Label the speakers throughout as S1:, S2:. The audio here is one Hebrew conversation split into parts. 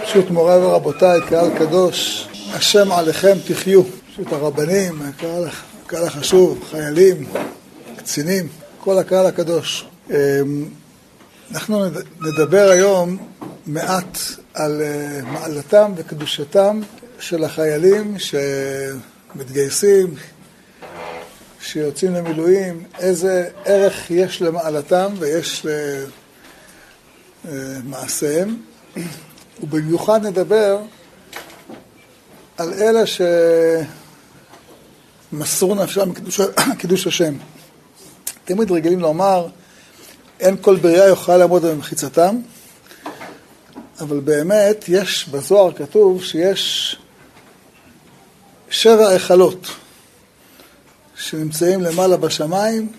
S1: פשוט מוריי ורבותיי, קהל קדוש, השם עליכם תחיו. פשוט הרבנים, הקהל החשוב, חיילים, קצינים, כל הקהל הקדוש. אנחנו נדבר היום מעט על מעלתם וקדושתם של החיילים שמתגייסים, שיוצאים למילואים, איזה ערך יש למעלתם ויש למעשיהם. ובמיוחד נדבר על אלה שמסרו נפשם קידוש השם. תמיד רגילים לומר, אין כל בריאה יוכל לעמוד במחיצתם, אבל באמת יש בזוהר כתוב שיש 7 היכלות שנמצאים למעלה בשמיים.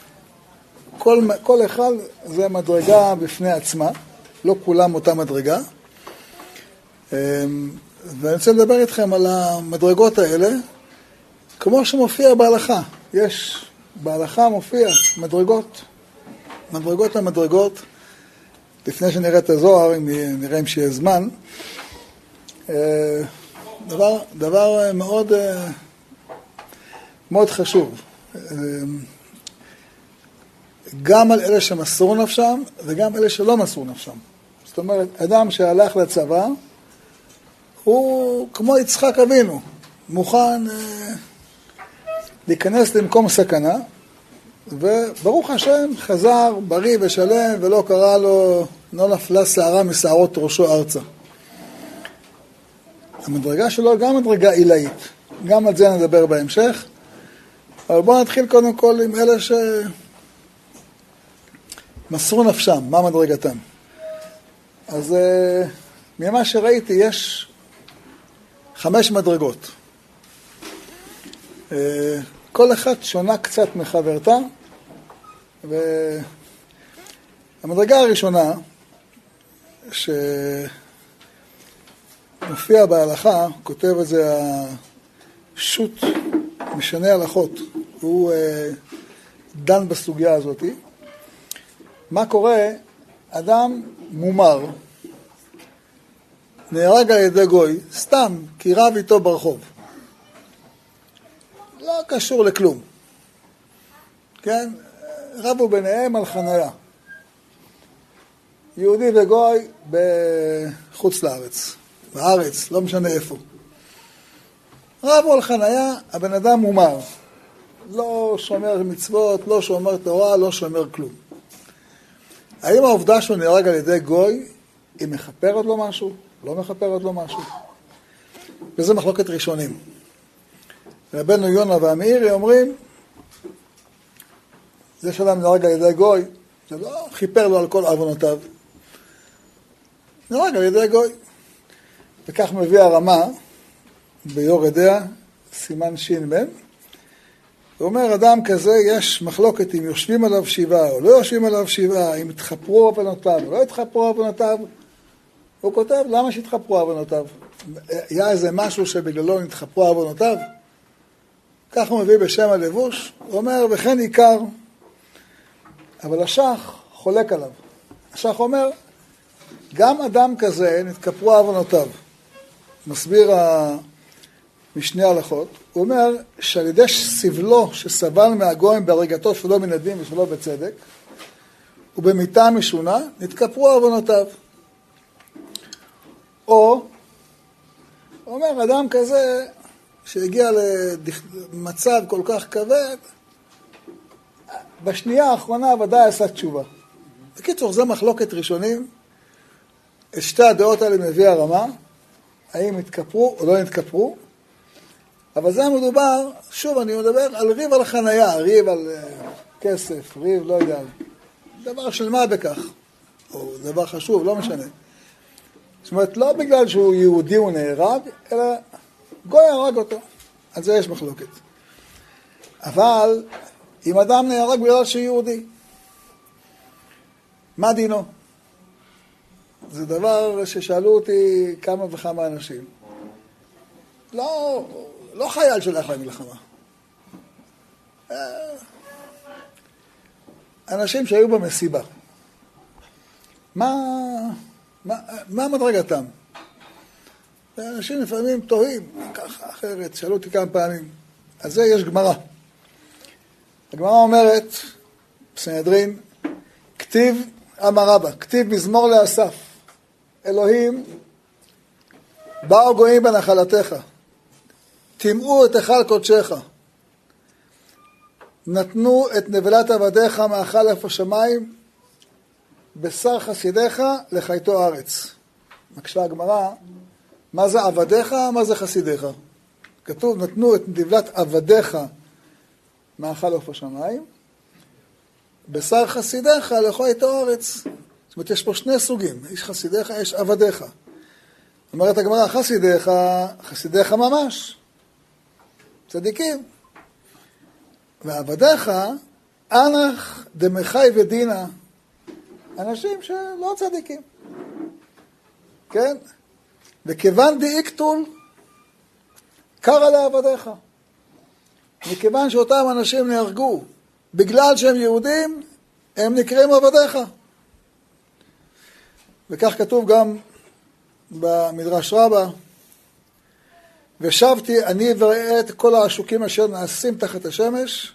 S1: כל היכל זה מדרגה בפני עצמה, לא כולם אותה מדרגה. ואני רוצה לדבר איתכם על המדרגות האלה, כמו שמופיע בהלכה. יש, בהלכה מופיע מדרגות למדרגות. לפני שנראה את הזוהר, נראה אם שיהיה זמן. דבר מאוד, מאוד חשוב. גם על אלה שמסרו נפשם, וגם אלה שלא מסרו נפשם. זאת אומרת, אדם שהלך לצבא, הוא כמו יצחק אבינו, מוכן להיכנס למקום סכנה, וברוך השם חזר בריא ושלם, ולא קרה לו, לא נפלה שערה משערות ראשו ארצה. המדרגה שלו גם מדרגה עילאית, גם על זה נדבר בהמשך, אבל בואו נתחיל קודם כל עם אלה שמסרו נפשם, מה מדרגתם. אז ממה שראיתי יש 5 מדרגות. כל אחת שונה קצת מחברתה, והמדרגה הראשונה שמופיע בהלכה, כותב את זה השו"ת משנה הלכות, הוא דן בסוגיה הזאת. מה קורה? אדם מומר נהרג על ידי גוי, סתם, כי רב איתו ברחוב. לא קשור לכלום. כן? רבו ביניהם על חניה. יהודי וגוי בחוץ לארץ. בארץ, לא משנה איפה. רבו על חניה, הבן אדם מומר. לא שומר מצוות, לא שומר תורה, לא שומר כלום. האם העובדה שהוא נהרג על ידי גוי, היא מחפרת לו משהו? לא מחפרת לו משהו? וזה מחלוקת ראשונים. רבנו יונה והמאירי אומרים, זה שאדם נהרג על ידי גוי, זה לא חיפר לו על כל עוונותיו. נהרג על ידי גוי. וכך מביא הרמה ביור דעה, סימן ש"מ. הוא אומר, אדם כזה יש מחלוקת אם יושבים עליו 7 או לא יושבים עליו 7, אם התחפרו עוונותיו או לא התחפרו עוונותיו. הוא כותב, למה שהתחפרו עוונותיו? היה איזה משהו שבגללו נתחפרו עוונותיו? כך הוא מביא בשם הלבוש, הוא אומר, וכן עיקר. אבל השח חולק עליו. השח אומר, גם אדם כזה נתחפרו עוונותיו. מסביר משני הלכות, הוא אומר שעל ידי סבלו שסבל מהגויים בהריגתו שלא מן הדין ושלא בצדק, ובמיתה משונה, נתכפרו עוונותיו. או, הוא אומר, אדם כזה שהגיע למצב כל כך כבד, בשנייה האחרונה ודאי עשה תשובה. בקיצור, זה מחלוקת ראשונים. את שתי הדעות האלה מביא הרמה, האם התכפרו או לא התכפרו. אבל זה מדובר, שוב אני מדבר על ריב על חנייה, ריב על כסף, ריב לא יודע, דבר של מה בכך, או דבר חשוב, לא משנה. זאת אומרת, לא בגלל שהוא יהודי הוא נהרג, אלא גוי הרג אותו. על זה יש מחלוקת. אבל אם אדם נהרג בגלל שהוא יהודי, מה דינו? זה דבר ששאלו אותי כמה וכמה אנשים. לא חייל שלך למלחמה. אנשים שהיו במסיבה. מה מדרגתם? ואנשים לפעמים תוהים, ככה, אחרת, שאלו אותי כמה פעמים. על זה יש גמרא. הגמרא אומרת, בסנהדרין, כתיב אמר רבא, כתיב מזמור לאסף, אלוהים, באו גויים בנחלתך, טימאו את היכל קודשך, נתנו את נבלת עבדיך מאכל איפה שמיים, בשר חסידיך לחייתו ארץ. מקשה הגמרא, מה זה עבדיך, מה זה חסידיך? כתוב, נתנו את נבלת עבדיך מאכל איפה שמיים, בשר חסידיך לחייתו ארץ. זאת אומרת, יש פה שני סוגים, יש חסידיך, יש עבדיך. אומרת הגמרא, חסידיך, חסידיך ממש, צדיקים. ועבדיך, אנח דמחי ודינה, אנשים שלא צדיקים. כן? וכיוון דאיקטול, קרא לעבדיך. מכיוון שאותם אנשים נהרגו, בגלל שהם יהודים, הם נקראים עבדיך. וכך כתוב גם במדרש רבה, ושבתי אני וראה את כל העשוקים אשר נעשים תחת השמש,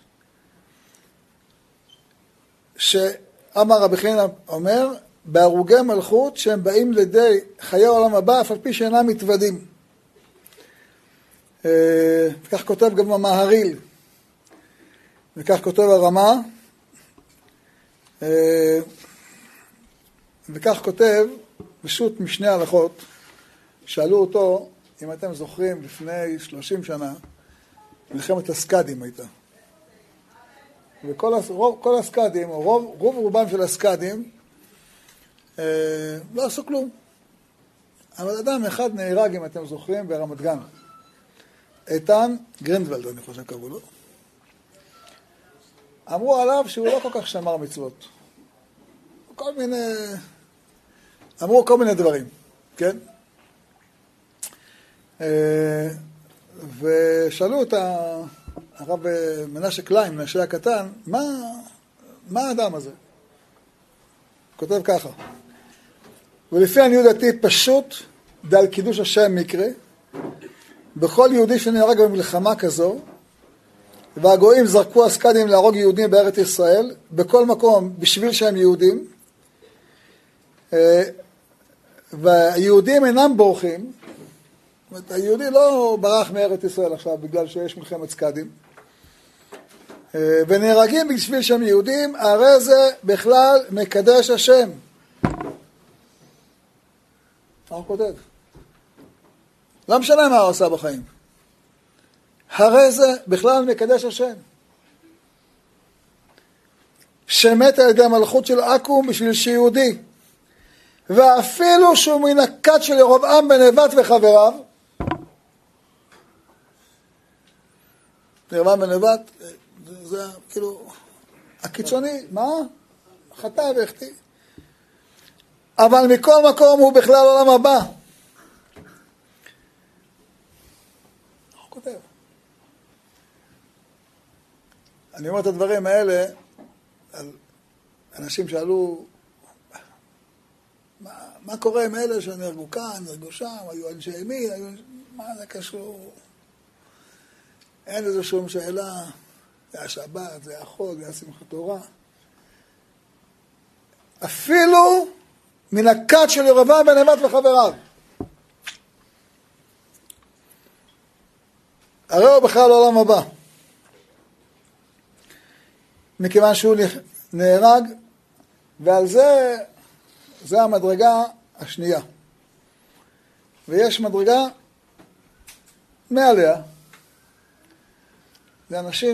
S1: שאמר רבי חנינא אומר, בהרוגי מלכות שהם באים לידי חיי העולם הבא, אף על פי שאינם מתוודים. וכך כותב גם המהרי"ל, וכך כותב הרמ"א, וכך כותב פשוט משני הלכות, שאלו אותו, אם אתם זוכרים, לפני 30 שנה, מלחמת הסקאדים הייתה. וכל הסקאדים, או רוב רובם של הסקאדים, לא עשו כלום. אבל אדם אחד נהרג, אם אתם זוכרים, ברמת גן. איתן גרינדוולד, אני חושב קראו לו. אמרו עליו שהוא לא כל כך שמר מצוות. אמרו כל מיני דברים, כן? ושאלו את הרב מנשה קליין, מנשה הקטן, מה האדם הזה? כותב ככה, ולפי עניות דעתי פשוט דל קידוש השם מקרה, בכל יהודי שנהרג במלחמה כזו, והגויים זרקו הסקאדים להרוג יהודים בארץ ישראל, בכל מקום בשביל שהם יהודים, והיהודים אינם בורחים, זאת אומרת, היהודי לא ברח מארץ ישראל עכשיו בגלל שיש מלחמת סקאדים, ונהרגים בשביל שהם יהודים, הרי זה בכלל מקדש השם. מה הוא כותב? לא משנה מה הוא עושה בחיים. הרי זה בכלל מקדש השם. שמת על ידי המלכות של עכו"ם בשביל שיהודי. ואפילו שהוא מן הכת של ירבעם בן נבט וחבריו. ירבעם בן נבט, זה כאילו הקיצוני, מה? חטא והחטיא. אבל מכל מקום הוא בכלל עולם הבא. הוא כותב. אני אומר את הדברים האלה על אנשים שאלו, מה קורה עם אלה שנהרגו כאן, נהרגו שם, היו אנשי ימין, מה זה קשור? אין לזה שום שאלה, זה השבת, זה החוק, זה השמחת תורה. אפילו מן הכת של ירבעם בן נבט וחבריו. הרי הוא בכלל לעולם הבא. מכיוון שהוא נהרג, ועל זה המדרגה השנייה. ויש מדרגה מעליה. זה אנשים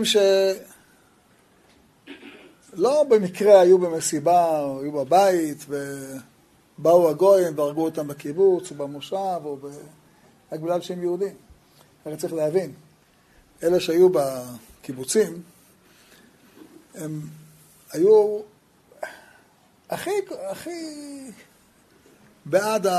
S1: שלא במקרה היו במסיבה, או היו בבית, ובאו הגויים והרגו אותם בקיבוץ, או במושב, או רק בגלל שהם יהודים. הרי צריך להבין, אלה שהיו בקיבוצים, הם היו הכי בעד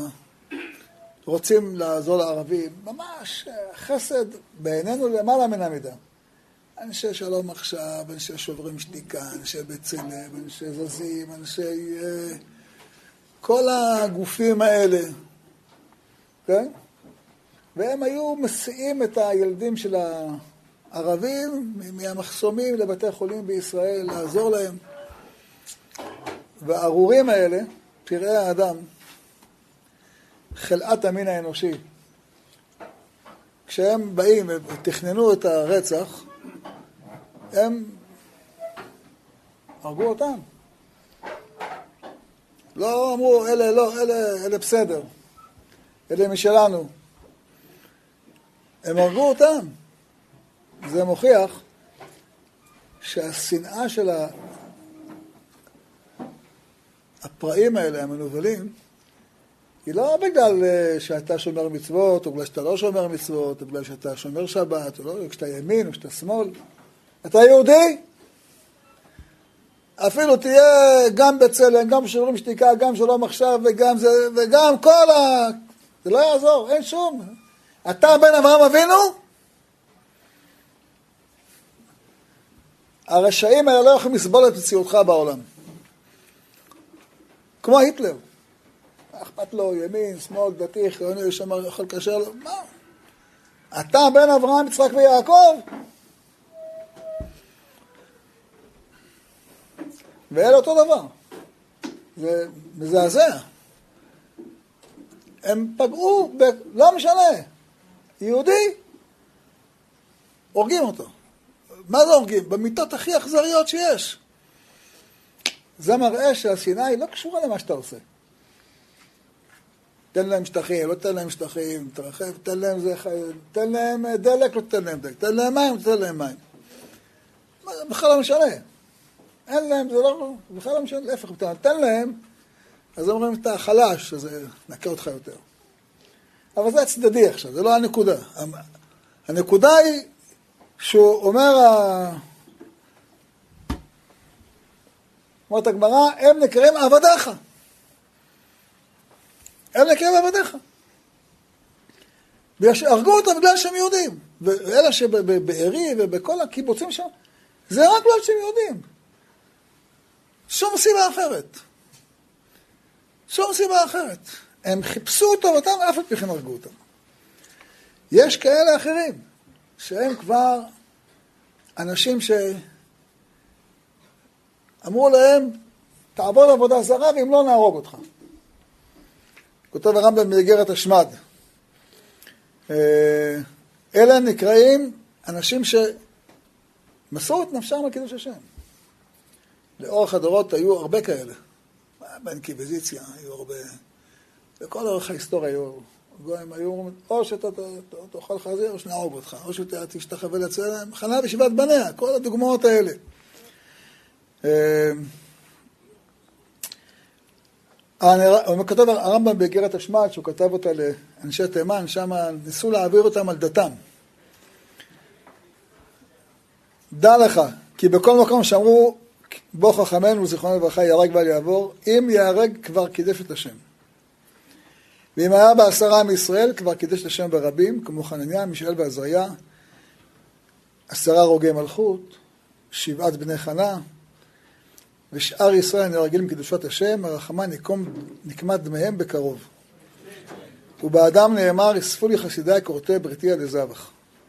S1: רוצים לעזור לערבים, ממש חסד בעינינו למעלה מן המידה. אנשי שלום עכשיו, אנשי שוברים שתיקה, אנשי בצלם, אנשי זזים, אנשי כל הגופים האלה, כן? והם היו מסיעים את הילדים של הערבים מהמחסומים לבתי חולים בישראל, לעזור להם. והארורים האלה, פראי האדם, חלאת המין האנושי, כשהם באים ותכננו את הרצח, הם הרגו אותם. לא אמרו, אלה בסדר, אלה משלנו. הם הרגו אותם. זה מוכיח שהשנאה של הפראים האלה, המנוולים, היא לא בגלל שאתה שומר מצוות, או בגלל שאתה לא שומר מצוות, או בגלל שאתה שומר שבת, או לא, כשאתה ימין, או כשאתה שמאל. אתה יהודי? אפילו תהיה גם בצלם, גם בשוברים שתיקה, גם שלום עכשיו, וגם כל זה לא יעזור, אין שום. אתה בן אברהם אבינו? הרשעים האלה לא יכולים לסבול את מציאותך בעולם. כמו היטלר. אכפת לו ימין, שמאל, דתי, חילוני, שמר, יכול לקשר לו. מה? אתה בן אברהם, יצחק ויעקב? ואלה אותו דבר. זה מזעזע. הם פגעו, לא משנה. יהודי, הורגים אותו. מה זה הורגים? במיטות הכי אכזריות שיש. זה מראה שהשנאה היא לא קשורה למה שאתה עושה. תן להם שטחים, לא תן להם שטחים, תרחב, תן להם דלק, לא תן להם דלק, תן להם מים, תן להם מים. בכלל לא משנה. אין להם, זה לא, בכלל לא משנה, להפך, תן להם, אז אומרים, אתה חלש, אז נקה אותך יותר. אבל זה הצדדי עכשיו, זה לא הנקודה. הנקודה היא שהוא אומר, אומרת הגמרא, הם נקראים עבדיך. הם נקראים עבדיך. הרגו אותם בגלל שהם יהודים. ואלה שבארי ובכל הקיבוצים שם, זה רק בגלל שהם יהודים. שום סיבה אחרת. שום סיבה אחרת. הם חיפשו אותו ואותם, אף על פי כן הרגו אותם. יש כאלה אחרים, שהם כבר אנשים שאמרו להם, תעבור לעבודה זרה ואם לא נהרוג אותך. כותב הרמב"ם באיגרת השמד. אלה נקראים אנשים שמסרו את נפשם על קידוש השם. לאורך הדורות היו הרבה כאלה. באינקוויזיציה היו הרבה. בכל אורך ההיסטוריה היו גויים, היו או שאתה תאכל חזיר או שנהרוג אותך, או שאתה תשתחווה לצלם, חנה בישיבת בניה, כל הדוגמאות האלה. הוא כתב הרמב"ם באיגרת השמד, שהוא כתב אותה לאנשי תימן, שם ניסו להעביר אותם על דתם. דע לך, כי בכל מקום שאמרו, בוא חכמנו זיכרונו לברכה יהרג ואל יעבור, אם יהרג כבר קידש את השם. ואם היה ב10 מישראל, כבר קידש את השם ברבים, כמו חנניה, מישאל ועזריה, 10 רוגי מלכות, 7 בני חנה, ושאר ישראל נהרגים מקדושת השם, הרחמן נקמת דמיהם בקרוב. ובאדם נאמר, אספו לי חסידי קורתי בריתי על הזבח.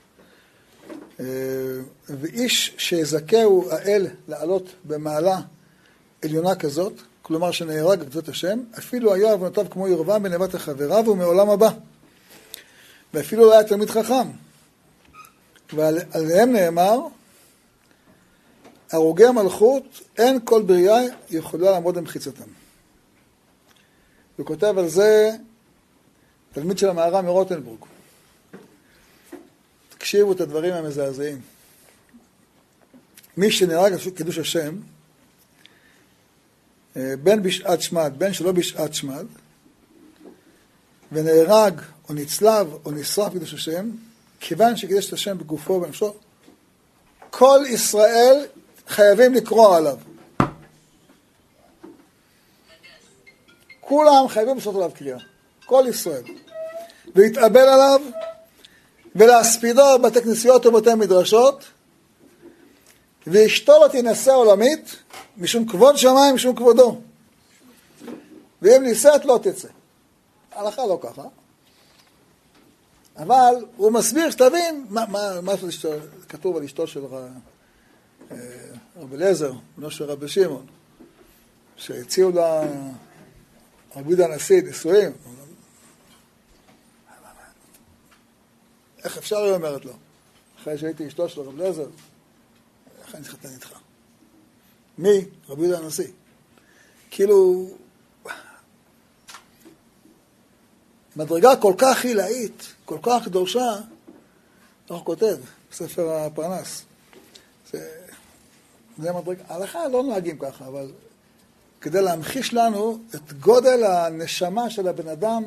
S1: ואיש שיזכהו האל לעלות במעלה עליונה כזאת, כלומר שנהרג בקדושת השם, אפילו היה עוונותיו כמו ירבעם בן נבט חבריו ומעולם הבא. ואפילו לא היה תלמיד חכם. ועליהם נאמר, הרוגי המלכות, אין כל בריאה יכולה לעמוד במחיצתם. הוא כותב על זה תלמיד של המהר"ם מרוטנבורג. תקשיבו את הדברים המזעזעים. מי שנהרג על קידוש השם, בין בשעת שמד, בין שלא בשעת שמד, ונהרג או נצלב או נשרף קידוש השם, כיוון שקידש את השם בגופו ובנפשו, כל ישראל חייבים לקרוא עליו. כולם חייבים לעשות עליו קריאה. כל ישראל. להתאבל עליו ולהספידו בתי כנסיות ובתי מדרשות, ואשתו לא תינשא עולמית משום כבוד שמיים, משום כבודו. ואם נישאת לא תצא. ההלכה לא ככה. אבל הוא מסביר שתבין מה כתוב על אשתו של רבי אליעזר, בנו של רבי שמעון, שהציעו לה רבי יהודה הנשיא נישואים. איך אפשר, היא אומרת לו, אחרי שהייתי אשתו של רבי אליעזר, איך אני אתחתן איתך? מי? רבי יהודה הנשיא. כאילו, מדרגה כל כך עילאית, כל כך קדושה, איך הוא כותב בספר הפרנס. זה מדרגה, ההלכה לא נוהגים ככה, אבל כדי להמחיש לנו את גודל הנשמה של הבן אדם,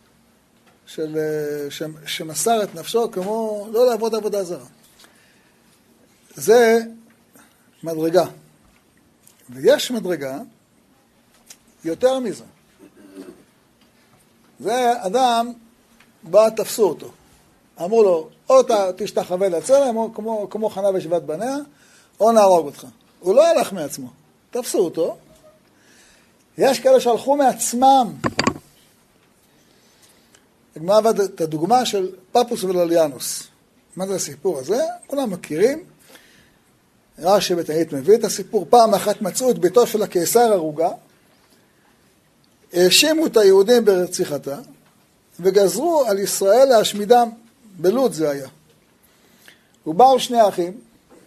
S1: שמסר את נפשו כמו לא לעבוד עבודה זרה. זה מדרגה. ויש מדרגה יותר מזה. זה אדם, בא תפסו אותו. אמרו לו, או תשתחווה לצלם, או כמו חנה ושבעת בניה, או נהרוג אותך. הוא לא הלך מעצמו. תפסו אותו. יש כאלה שהלכו מעצמם. הגמרא הבאת את הדוגמה של פפוס ולוליאנוס. מה זה הסיפור הזה? כולם מכירים. רש"י בתענית מביא את הסיפור. פעם אחת מצאו את ביתו של הקיסר הרוגה, האשימו את היהודים ברציחתה, וגזרו על ישראל להשמידם. בלוד זה היה. ובאו שני אחים,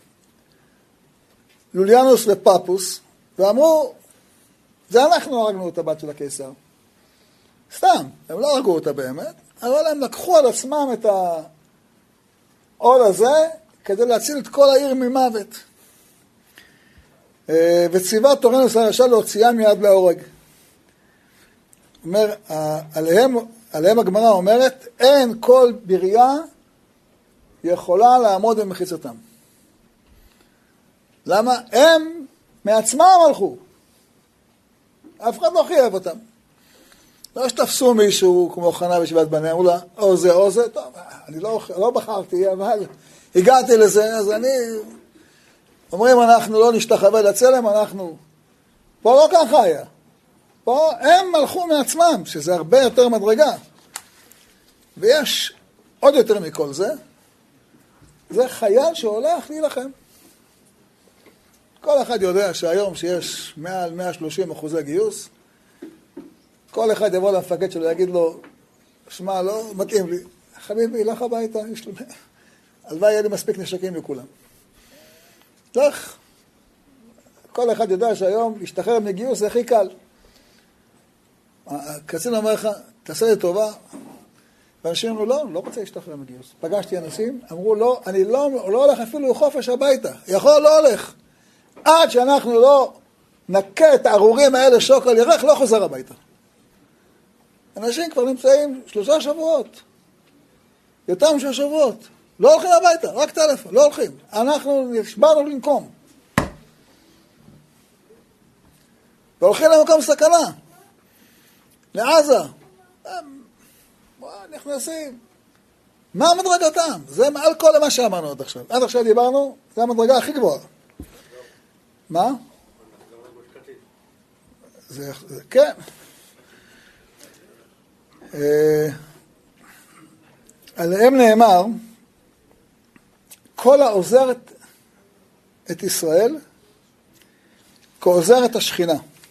S1: לוליאנוס ופפוס, ואמרו, זה אנחנו הרגנו את הבת של הקיסר. סתם, הם לא הרגו אותה באמת, אבל הם לקחו על עצמם את העול הזה, כדי להציל את כל העיר ממוות. וציווה טורנוס הרשע להוציאה מיד להורג. אומר, עליהם הגמרא אומרת, אין כל בריאה יכולה לעמוד במחיצתם. למה? הם מעצמם הלכו. אף אחד לא חייב אותם. לא שתפסו מישהו כמו חנה ושבעת בניה, אמרו לה, או זה, טוב, אני לא בחרתי, אבל הגעתי לזה, אז אני... אומרים, אנחנו לא נשתחווה לצלם, אנחנו... פה לא ככה היה. פה הם הלכו מעצמם, שזה הרבה יותר מדרגה. ויש עוד יותר מכל זה, זה חייל שהולך להילחם. כל אחד יודע שהיום שיש מעל 130% גיוס, כל אחד יבוא למפקד שלו, יגיד לו, שמע, לא מתאים לי. חביבי, לך הביתה, יש לו... הלוואי יהיה לי מספיק נשקים לכולם. לך. כל אחד יודע שהיום להשתחרר מגיוס זה הכי קל. הקצין אומר לך, תעשה לי טובה. ואנשים אמרו, לא רוצה להשתחרר מגיוס. פגשתי אנשים, אמרו, לא, אני לא הולך אפילו לחופש הביתה. יכול, לא הולך. עד שאנחנו לא נקה את הארורים האלה שוק על ירח, לא חוזר הביתה. אנשים כבר נמצאים 3 שבועות. יותר מ3 שבועות. לא הולכים הביתה, רק טלפון, לא הולכים. אנחנו נשברנו לנקום. והולכים למקום סכנה. לעזה. הם נכנסים. מה המדרגתם? זה מעל כל מה שאמרנו עד עכשיו. עד עכשיו דיברנו, זה המדרגה הכי גבוהה. מה? זה, כן. עליהם נאמר, כל העוזר את ישראל, כעוזר את השכינה.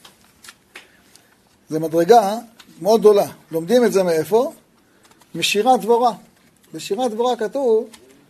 S1: זה מדרגה מאוד גדולה. לומדים את זה מאיפה? משירת דבורה. בשירת דבורה כתוב,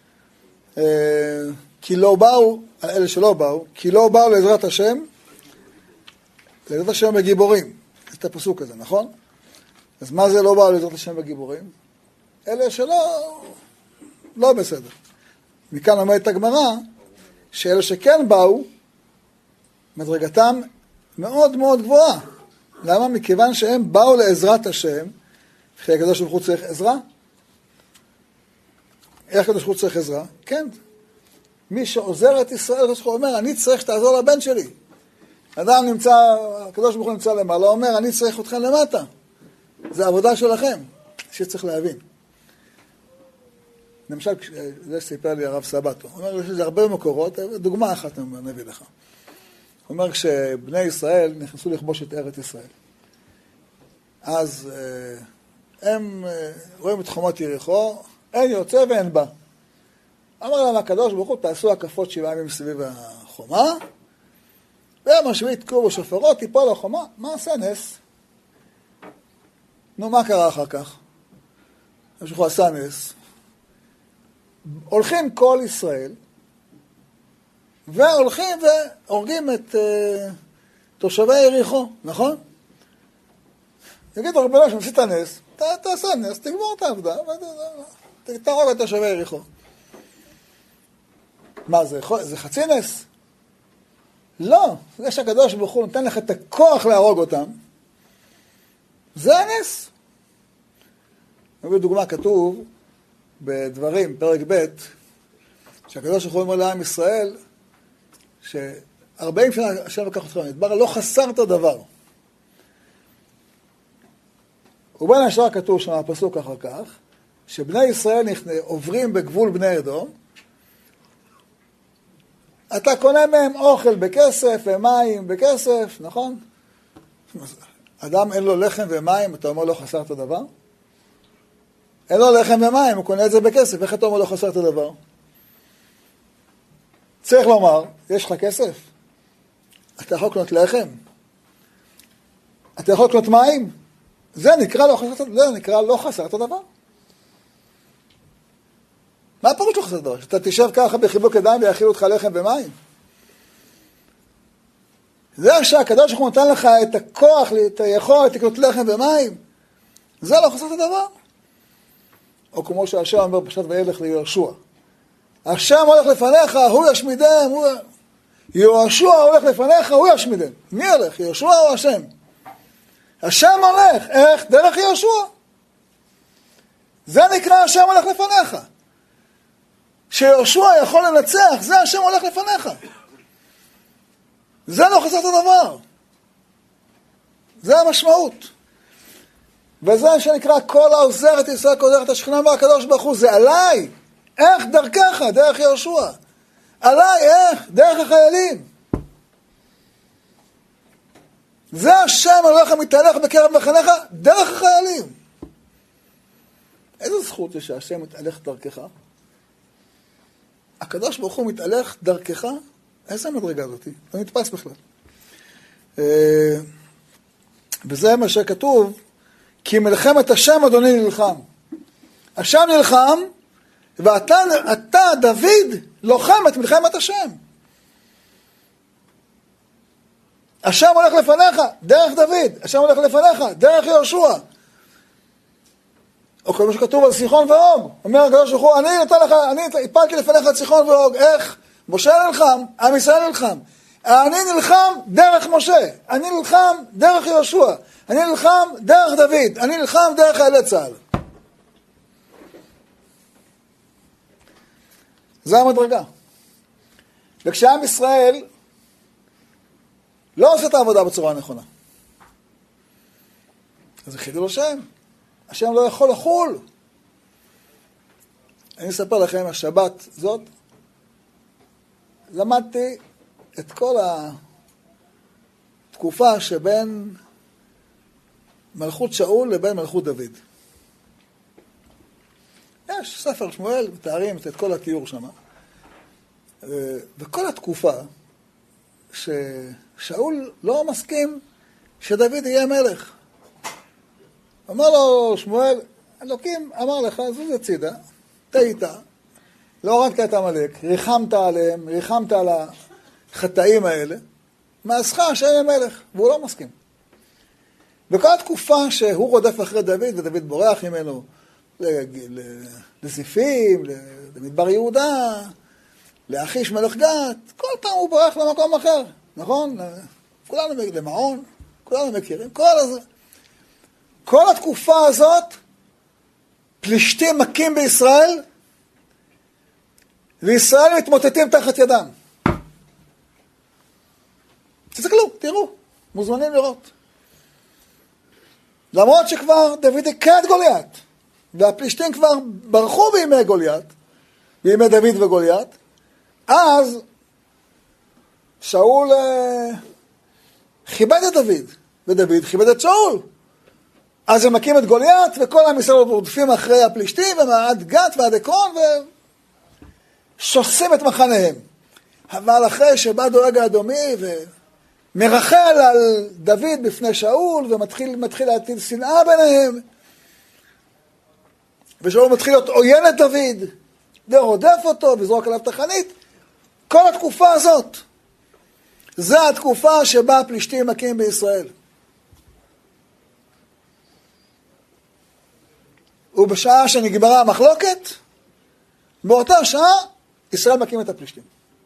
S1: כי לא באו, אלה שלא באו, כי לא באו לעזרת השם, לעזרת השם בגיבורים. את הפסוק הזה, נכון? אז מה זה לא באו לעזרת השם בגיבורים? אלה לא בסדר. מכאן אומרת הגמרא, שאלה שכן באו, מדרגתם מאוד מאוד גבוהה. למה? מכיוון שהם באו לעזרת השם, וכי הקדוש ברוך הוא צריך עזרה? איך הקדוש ברוך הוא צריך עזרה? כן. מי שעוזר את ישראל, הקדוש ברוך הוא אומר, אני צריך שתעזור לבן שלי. אדם נמצא, הקדוש ברוך הוא נמצא למעלה, אומר, אני צריך אתכם למטה. זה עבודה שלכם, שצריך להבין. למשל, זה שסיפר לי הרב סבתו, הוא אומר, יש לזה הרבה מקורות, דוגמה אחת אני מביא לך. הוא אומר, כשבני ישראל נכנסו לכבוש את ארץ ישראל, אז הם רואים את חומות יריחו, אין יוצא ואין בא. אמר להם הקדוש ברוך הוא, תעשו הקפות 7 ימים סביב החומה, ביום השביעי תקעו בשופרות, תיפול החומה, מה עשה נס? נו, מה קרה אחר כך? משהו עשה נס. הולכים כל ישראל, והולכים והורגים את תושבי יריחו, נכון? יגיד רבנו שעשית נס, תעשה נס, תגמור את העבודה, תהרוג את תושבי יריחו. מה זה? זה חצי נס? לא, זה שהקדוש ברוך הוא נותן לך את הכוח להרוג אותם, זה הנס. בדוגמה כתוב בדברים, פרק ב', שהקדוש ברוך הוא אומר לעם ישראל, ש40 שנה השם לקח אותך במדבר, לא חסרת דבר. ובין השאר כתוב שם הפסוק אחר כך, שבני ישראל עוברים בגבול בני אדום, אתה קונה מהם אוכל בכסף ומים בכסף, נכון? אדם אין לו לחם ומים, אתה אומר לו חסרת דבר? אין לו לחם ומים, הוא קונה את זה בכסף, איך אתה אומר לו חסרת דבר? צריך לומר, יש לך כסף? אתה יכול לקנות לחם? אתה יכול לקנות מים? זה נקרא לא חסרת דבר. מה הפירוש לא חסרת דבר? שאתה תשב ככה בחיבוק ידיים ויאכילו אותך לחם ומים? זה שהקדוש ברוך הוא נותן לך את הכוח, את היכולת לקנות לחם ומים, זה לא חסרת דבר. או כמו שהשם אומר פשט וילך ליהושע. השם הולך לפניך, הוא ישמידם, יהושע הולך לפניך, הוא ישמידם. מי הולך? יהושע או השם? השם הולך. איך? דרך יהושע. זה נקרא השם הולך לפניך. שיהושע יכול לנצח, זה השם הולך לפניך. זה לא חסרת הדבר. זה המשמעות. וזה שנקרא כל העוזר את ישראל כעוזר את השכינה והקדוש ברוך הוא, זה עליי. איך? דרכך, דרך יהושע. עליי, איך? דרך החיילים. זה השם הולך המתהלך בקרב מחניך, דרך החיילים. איזו זכות יש שהשם מתהלך דרכך? הקדוש ברוך הוא מתהלך דרכך? איזה מדרגה הזאת? לא נתפס בכלל. וזה מה שכתוב, כי מלחמת השם אדוני נלחם. השם נלחם, ואתה דוד לוחם את מלחמת השם. השם הולך לפניך, דרך דוד. השם הולך לפניך, דרך יהושע. או כמו שכתוב על סיחון ואוג. אומר הקדוש ברוך הוא, אני הפלתי לפניך את סיחון ואוג. איך? משה נלחם, עם ישראל נלחם. אני נלחם דרך משה. אני נלחם דרך יהושע. אני נלחם דרך דוד. אני נלחם דרך חיילי צה"ל. זה המדרגה. וכשעם ישראל לא עושה את העבודה בצורה הנכונה, אז זה חילול השם. השם לא יכול לחול. אני אספר לכם, השבת זאת, למדתי את כל התקופה שבין מלכות שאול לבין מלכות דוד. יש ספר שמואל, מתארים את כל התיאור שם. וכל התקופה ששאול לא מסכים שדוד יהיה מלך. אמר לו שמואל, אלוקים אמר לך, זוז הצידה, טעית, לא הרגת את עמלק, ריחמת עליהם, ריחמת על החטאים האלה, מעשך שיהיה מלך, והוא לא מסכים. וכל התקופה שהוא רודף אחרי דוד, ודוד בורח ממנו לזיפים, למדבר יהודה, לאחיש מלך גת, כל פעם הוא בורח למקום אחר, נכון? כולנו למעון, כולנו מכירים, כל התקופה הזאת, פלישתים מכים בישראל, וישראל מתמוטטים תחת ידם. תסתכלו, תראו, מוזמנים לראות. למרות שכבר דוד הכה את גוליית, והפלישתים כבר ברחו בימי גוליית, בימי דוד וגוליית, אז שאול כיבד את דוד, ודוד כיבד את שאול. אז הם מקים את גוליית, וכל עם ישראל רודפים אחרי הפלישתים, ועד גת ועד עקרון, ושוסים את מחניהם. אבל אחרי שבא דואג האדומי, ומרחל על דוד בפני שאול, ומתחיל להטיל שנאה ביניהם, ושאול מתחיל להיות עוין את דוד, ורודף אותו, וזרוק עליו תחנית. כל התקופה הזאת, זו התקופה שבה הפלישתים מכים בישראל. ובשעה שנגמרה המחלוקת, באותה שעה, ישראל מכים את הפלישתים.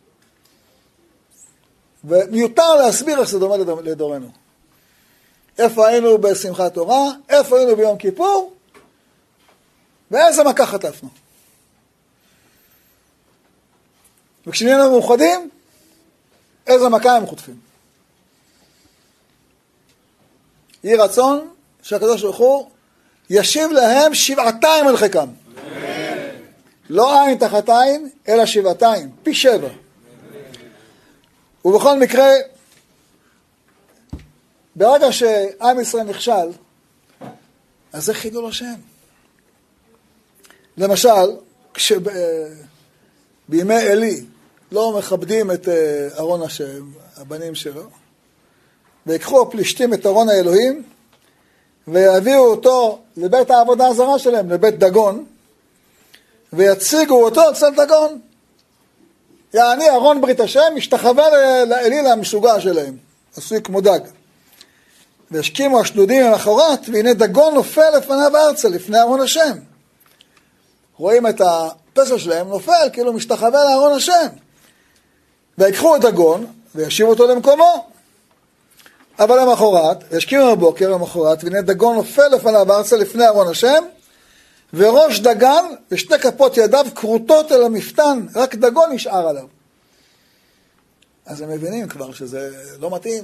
S1: ומיותר להסביר איך זה דומה לדורנו. איפה היינו בשמחת תורה, איפה היינו ביום כיפור, ואיזה מכה חטפנו. וכשנהיינו מאוחדים, איזה מכה הם חוטפים. יהי רצון שהקדוש ברוך הוא ישיב להם שבעתיים על חיקם. לא עין תחת עין, אלא שבעתיים, פי 7. ובכל מקרה, ברגע שעם ישראל נכשל, אז זה חידול השם. למשל, בימי אלי לא מכבדים את ארון השם, הבנים שלו, ויקחו הפלישתים את ארון האלוהים, ויביאו אותו לבית העבודה הזרה שלהם, לבית דגון, ויציגו אותו אצל דגון. יעני ארון ברית השם משתחווה לאליל המשוגע שלהם, עשוי כמו דג. והשכימו השדודים למחרת, והנה דגון נופל לפניו ארצה, לפני ארון השם. רואים את הפסל שלהם נופל, כאילו משתחווה לארון השם. ויקחו את דגון, וישיבו אותו למקומו. אבל למחרת, והשכימו בבוקר למחרת, והנה דגון נופל לפניו ארצה, לפני ארון השם, וראש דגן ושתי כפות ידיו קרוטות אל המפתן, רק דגון נשאר עליו. אז הם מבינים כבר שזה לא מתאים.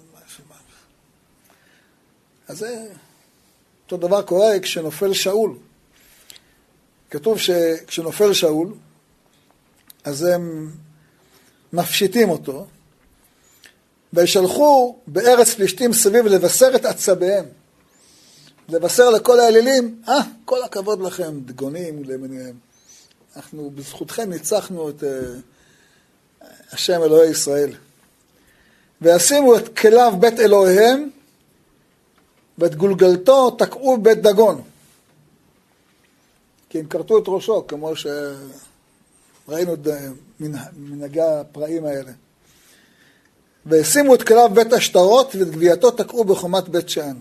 S1: אז זה אותו דבר קורה כשנופל שאול. כתוב שכשנופל שאול, אז הם מפשיטים אותו, וישלחו בארץ פלישתים סביב לבשר את עצביהם. לבשר לכל האלילים, כל הכבוד לכם, דגונים למיניהם. אנחנו בזכותכם ניצחנו את השם אלוהי ישראל. וישימו את כליו בית אלוהיהם, ואת גולגלתו תקעו בית דגון. כי הם קרטו את ראשו, כמו שראינו את מנהגי הפראים האלה. וישימו את כליו בית השטרות, ואת גווייתו תקעו בחומת בית שאן.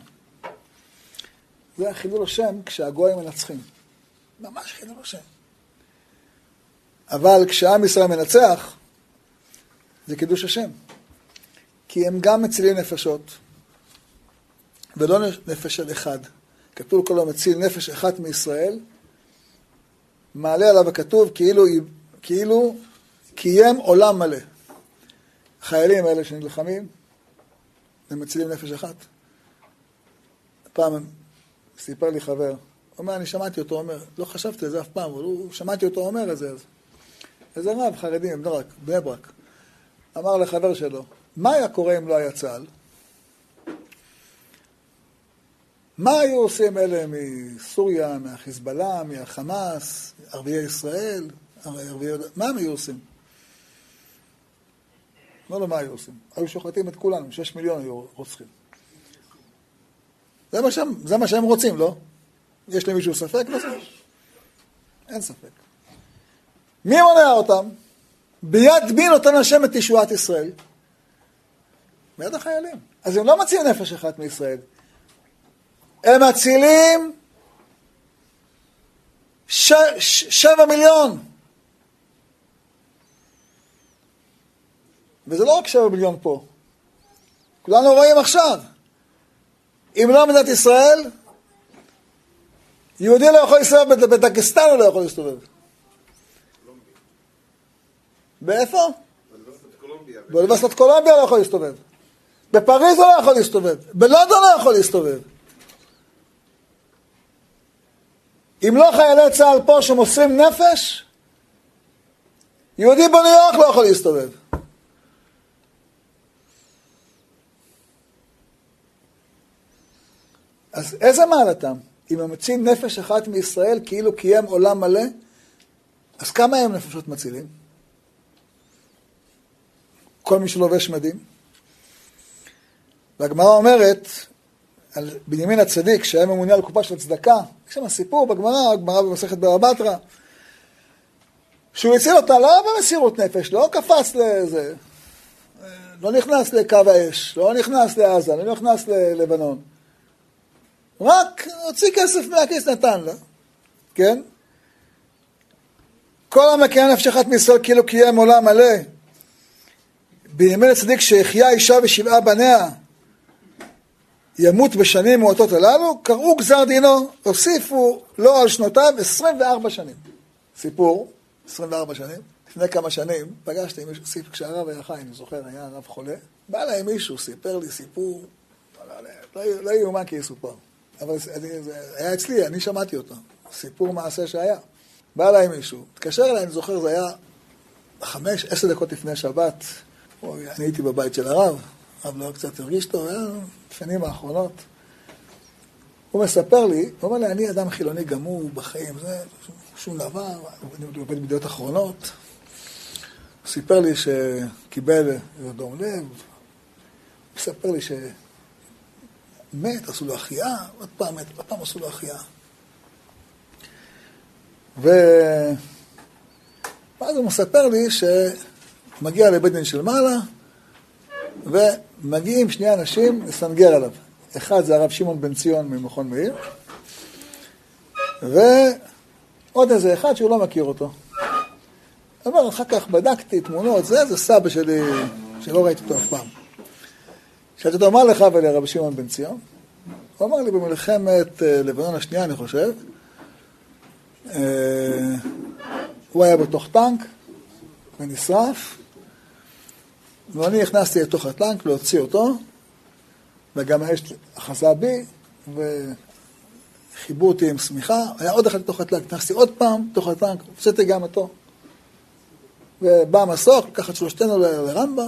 S1: זה חילול השם כשהגויים מנצחים. ממש חילול השם. אבל כשעם ישראל מנצח, זה קידוש השם. כי הם גם מצילים נפשות, ולא נפש של אחד. כתוב כל המציל נפש אחת מישראל, מעלה עליו הכתוב כאילו קיים עולם מלא. החיילים האלה שנלחמים, הם מצילים נפש אחת. פעם סיפר לי חבר, הוא אומר, אני שמעתי אותו אומר, לא חשבתי על זה אף פעם, אבל שמעתי אותו אומר את זה. איזה רב חרדי, בני ברק, אמר לחבר שלו, מה היה קורה אם לא היה צה"ל? מה היו עושים אלה מסוריה, מהחיזבאללה, מהחמאס, ערביי ישראל, מה הם היו עושים? לא, מה היו עושים? היו שוחטים את כולנו, 6 מיליון היו רוצחים. זה מה שהם רוצים, לא? יש למישהו ספק בזה? אין ספק. מי מונע אותם? ביד מי נותן השם את ישועת ישראל? ביד החיילים. אז הם לא מצילים נפש אחת מישראל. הם מצילים 7 מיליון. וזה לא רק 7 מיליון פה. כולנו רואים עכשיו. אם לא מדינת ישראל, יהודי לא יכול להסתובב, בדגסטן הוא לא יכול להסתובב. באיפה? באוניברסיטת קולומביה לא יכול להסתובב. בפריז הוא לא יכול להסתובב. בלונדון לא יכול להסתובב. אם לא חיילי צה"ל פה שמוסרים נפש, יהודי בניו יורק לא יכול להסתובב. אז איזה מעלתם? אם הם מצילים נפש אחת מישראל כאילו קיים עולם מלא, אז כמה הם נפשות מצילים? כל מי שלובש מדים. והגמרא אומרת על בנימין הצדיק שהיה ממונה על קופה של צדקה, יש שם סיפור בגמרא, הגמרא במסכת בבא בתרא, שהוא הציל אותה לא במסירות נפש, לא קפץ לזה, לא נכנס לקו האש, לא נכנס לעזה, לא נכנס ללבנון. רק הוציא כסף מהכיס נתן לה, כן? כל המקיים נפש אחת מישראל כאילו קיים עולם מלא. בנימין הצדיק שהחיה אישה ו7 בניה, ימות בשנים מועטות הללו, קראו גזר דינו, הוסיפו לו על שנותיו 24 שנים. סיפור, 24 שנים. לפני כמה שנים פגשתי מישהו, כשהרב היה חי, אני זוכר, היה הרב חולה, בא אליי מישהו, סיפר לי סיפור, לא יאומן כי יסופר. אבל זה היה אצלי, אני שמעתי אותו. סיפור מעשה שהיה. בא אליי מישהו, התקשר אליי, אני זוכר, זה היה 5-10 דקות לפני שבת, אני הייתי בבית של הרב, הרב לא קצת הרגיש טוב, היה לפנים האחרונות. הוא מספר לי, הוא אומר לי, אני אדם חילוני גמור בחיים, זה שום דבר, אני עובד בידיעות אחרונות. הוא סיפר לי שקיבל דום לב, הוא מספר לי מת, עשו לו החייאה, עוד פעם מת, עוד פעם עשו לו החייאה. ואז הוא מספר לי שמגיע לבית דין של מעלה, ומגיעים שני אנשים לסנגר עליו. אחד זה הרב שמעון בן ציון ממכון מאיר, ועוד איזה אחד שהוא לא מכיר אותו. הוא אומר, אחר כך בדקתי תמונות, זה סבא שלי, שלא ראיתי אותו אף פעם. שאתה תאמר לך ולרב שמעון בן ציון, הוא אמר לי במלחמת לבנון השנייה, אני חושב, הוא היה בתוך טנק ונשרף, ואני נכנסתי לתוך הטנק להוציא אותו, וגם האש אחזה בי, וחיברו אותי עם סמיכה, היה עוד אחד לתוך הטנק, נכנסתי עוד פעם לתוך הטנק, הוצאתי גם אותו, ובא מסוק, לקחת שלושתנו לרמב"ם,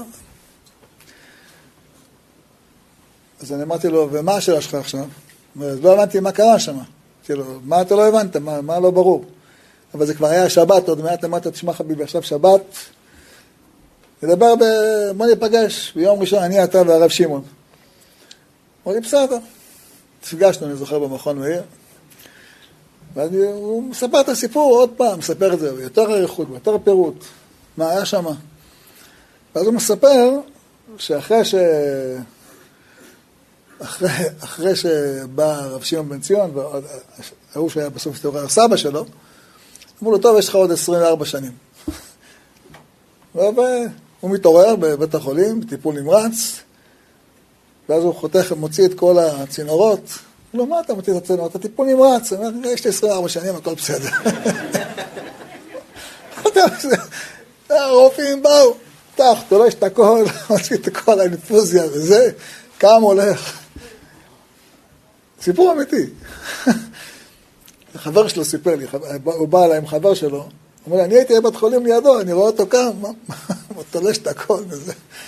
S1: אז אני אמרתי לו, ומה השאלה שלך עכשיו? לא הבנתי מה קרה שם. כאילו, מה אתה לא הבנת? מה לא ברור? אבל זה כבר היה שבת, עוד מעט אמרת, תשמע חביבי, עכשיו שבת, נדבר בוא ניפגש, ביום ראשון, אני, אתה והרב שמעון. אמר לי, בסדר. תפגשנו, אני זוכר, במכון מאיר. והוא מספר את הסיפור עוד פעם, מספר את זה, יותר אריכות, יותר פירוט. מה היה שם? ואז הוא מספר אחרי שבא הרב שמעון בן ציון, והוא שהיה בסוף התעורר סבא שלו, אמרו לו, טוב, יש לך עוד 24 שנים. והוא מתעורר בבית החולים, בטיפול נמרץ, ואז הוא מוציא את כל הצינורות. הוא לא, מה אתה מוציא את הצינורות? הטיפול נמרץ. הוא אומר, יש לי 24 שנים, הכל בסדר. הרופאים באו, תולש את הכל, מוציא את כל האינפוזיה וזה, כמה הולך. סיפור אמיתי. החבר שלו סיפר לי, הוא בא אליי עם חבר שלו, הוא אומר לי, אני הייתי בבית חולים לידו, אני רואה אותו כאן, הוא תולש את הכל וזה.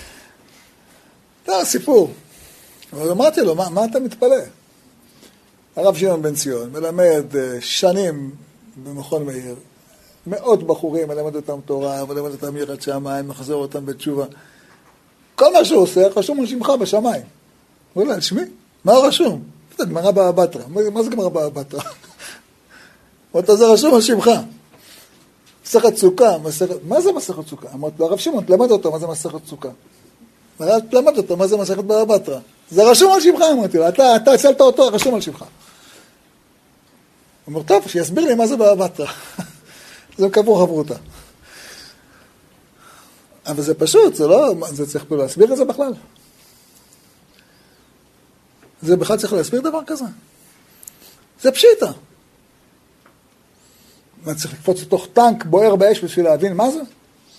S1: זה הסיפור. אבל אמרתי לו, מה אתה מתפלא? הרב שמעון בן ציון מלמד שנים במכון מאיר, מאות בחורים, מלמד אותם תורה, מלמד אותם יראת שמיים, מחזור אותם בתשובה. כל מה שהוא עושה, רשום על שמך בשמיים. הוא אומר, שמי? מה רשום? זה גמרא בבא בתרא. מה זה גמרא בבא בתרא? אמרת, זה רשום על שמך. מסכת סוכה, מה זה מסכת סוכה? אמרת לו, הרב שמעון, תלמד אותו, מה זה מסכת סוכה? תלמד אותו, מה זה מסכת בבא בתרא? זה רשום על שמך, אמרתי לו, אתה הצלת אותו, רשום על שמך. הוא אומר, טוב, שיסביר לי מה זה בבא בתרא. זה מקבור חברותה. אבל זה פשוט, זה לא, זה צריך פה להסביר את זה בכלל. זה בכלל צריך להסביר דבר כזה. זה פשיטה. מה, צריך לקפוץ לתוך טנק בוער באש בשביל להבין מה זה?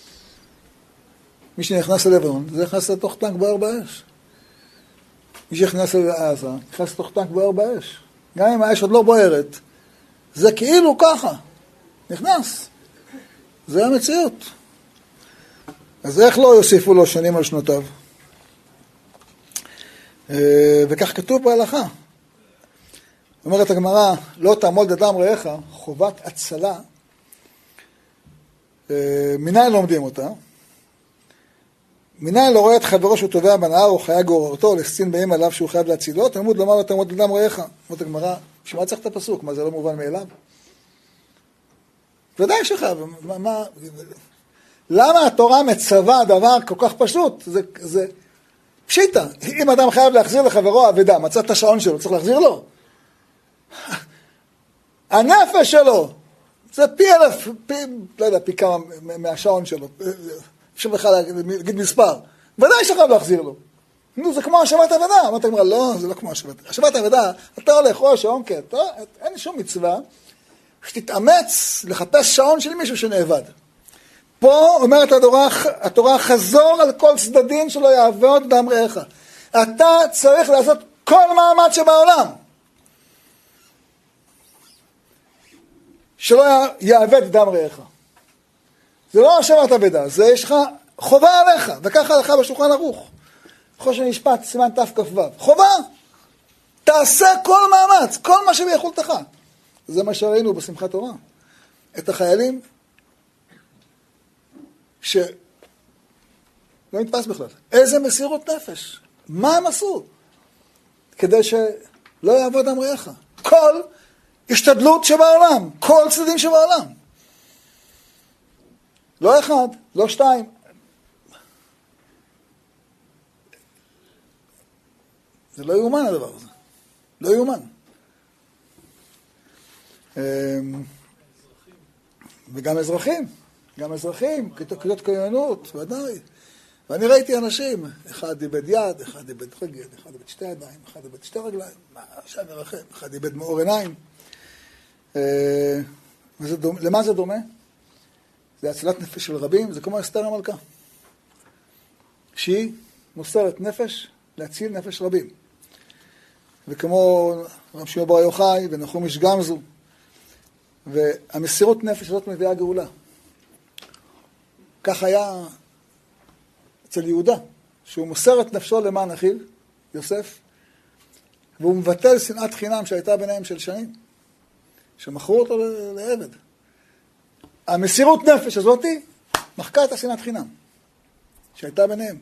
S1: מי שנכנס ללבנון, זה נכנס לתוך טנק בוער באש. מי שנכנס לעזה, נכנס לתוך טנק בוער באש. גם אם האש עוד לא בוערת, זה כאילו ככה. נכנס. זה המציאות. אז איך לא יוסיפו לו שנים על שנותיו? וכך כתוב בהלכה. אומרת הגמרא, לא תעמוד אדם רעך, חובת הצלה, מניין לומדים אותה? מניין לא רואה את חברו שהוא טובע בנהר, או חיה גוררתו, או לסצין באים עליו שהוא חייב להצילו, תלמוד לומר לא תעמוד אדם רעך. אומרת הגמרא, שמה צריך את הפסוק? מה, זה לא מובן מאליו? ודאי שחייב, למה התורה מצווה דבר כל כך פשוט? זה פשיטה. אם אדם חייב להחזיר לחברו אבדה, מצא את השעון שלו, צריך להחזיר לו. הנפש שלו, זה פי אלף, לא יודע, פי כמה מהשעון שלו. אפשר בכלל להגיד מספר. ודאי שחייב להחזיר לו. נו, זה כמו השבת אבדה. אמרת הגמרא, לא, זה לא כמו השבת. השבת אבדה, אתה הולך, או השעון, כן, אין שום מצווה שתתאמץ לחפש שעון של מישהו שנאבד. פה אומרת התורה, חזור על כל צדדים שלא יעבוד דם רעך. אתה צריך לעשות כל מאמץ שבעולם. שלא יעבד דם רעך. זה לא השבת אבדה, זה יש לך חובה עליך, וככה לך בשולחן ערוך. חושן משפט, סימן תכ"ו. חובה! תעשה כל מאמץ, כל מה שביכולתך. זה מה שראינו בשמחת תורה. את החיילים שלא נתפס בכלל. איזה מסירות נפש. מה הם עשו? כדי שלא יעבוד דם רעך. כל השתדלות שבעולם, כל צדדים שבעולם. לא אחד, לא שתיים. זה לא יאומן הדבר הזה. לא יאומן. וגם אזרחים. גם אזרחים, כיתות כהנות, ודאי. ואני ראיתי אנשים, אחד איבד יד, אחד איבד רגל, אחד איבד שתי ידיים, אחד איבד שתי רגליים, עכשיו מרחם, אחד איבד מאור עיניים. למה זה דומה? זה הצלת נפש של רבים, זה כמו אסתר המלכה. שהיא מוסרת נפש להציל נפש רבים. וכמו רב שמעון בר יוחאי ונחום איש גמזו. והמסירות נפש הזאת מביאה גאולה. כך היה אצל יהודה, שהוא מוסר את נפשו למען אחיו, יוסף, והוא מבטל שנאת חינם שהייתה ביניהם של שנים, שמכרו אותו לעבד. המסירות נפש הזאת מחקה את השנאת חינם שהייתה ביניהם.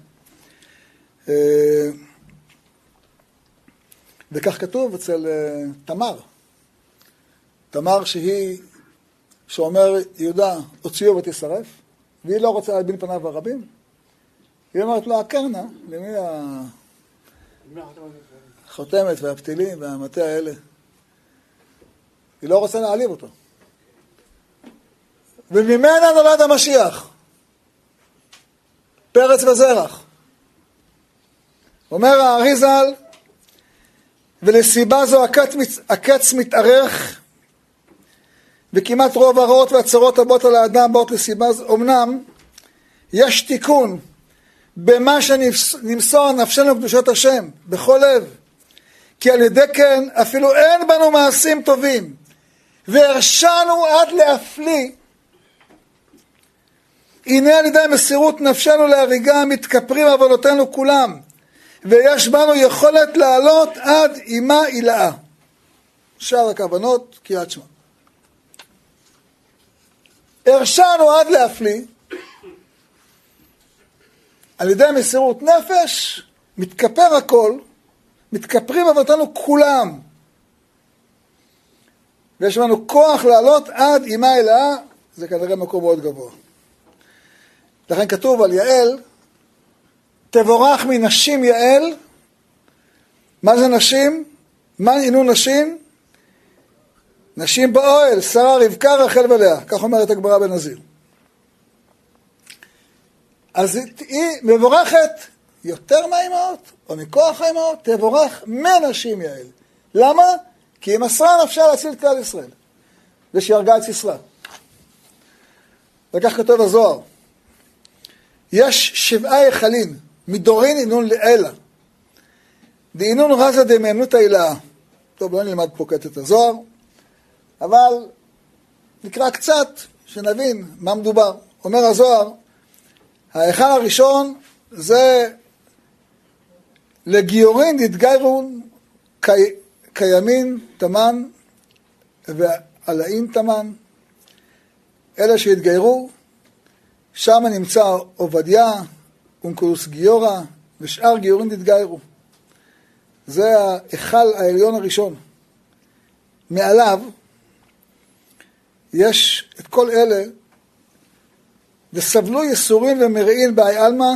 S1: וכך כתוב אצל תמר. תמר שאומר יהודה, הוציאו ותשרף, והיא לא רוצה להלבין פניו הרבים. היא אומרת לו, הקרנה, למי החותמת והפתילים והמטה האלה? היא לא רוצה להעליב אותו. וממנה נולד המשיח. פרץ וזרח. אומר האריז"ל, ולסיבה זו הקץ מתארך, וכמעט רוב הרעות והצרות הבאות על האדם באות לסיבה זו. אמנם יש תיקון במה שנמסור נפשנו קדושת השם בכל לב, כי על ידי כן אפילו אין בנו מעשים טובים, והרשנו עד להפליא. הנה על ידי מסירות נפשנו להריגה מתכפרים עוונותינו כולם, ויש בנו יכולת לעלות עד אימה הילאה. שאר הכוונות קריאת שמע. הרשנו עד להפליא, על ידי מסירות נפש מתכפר הכל, מתכפרים עוונותינו כולם, ויש לנו כוח לעלות עד אימה הילאה. זה כנראה מקום מאוד גבוה. לכן כתוב על יעל, תבורך מנשים יעל. מה זה נשים? מה עינו נשים? נשים באוהל, שרה, רבקה, רחל ולאה. כך אומרת הגמרא בנזיר. אז היא מבורכת יותר מהאימהות, או מכוח האימהות, תבורך מנשים יעל. למה? כי היא מסרה נפשה להציל את כלל ישראל, ושהרגה את סיסרא. וכך כתוב הזוהר. יש 7 היכלים, מדורין אינון לאלה. דאינון רזה דמיינות ההילאה. טוב, לא נלמד פה קטע את הזוהר, אבל נקרא קצת, שנבין מה מדובר. אומר הזוהר, ההיכל הראשון זה לגיורין דתגיירון קיימין תמן ועלאין תמן, אלה שהתגיירו, שם נמצא עובדיה, אונקלוס גיורא, ושאר גיורים תתגיירו. זה ההיכל העליון הראשון. מעליו יש את כל אלה, וסבלו ייסורים ומרעין באי אלמה,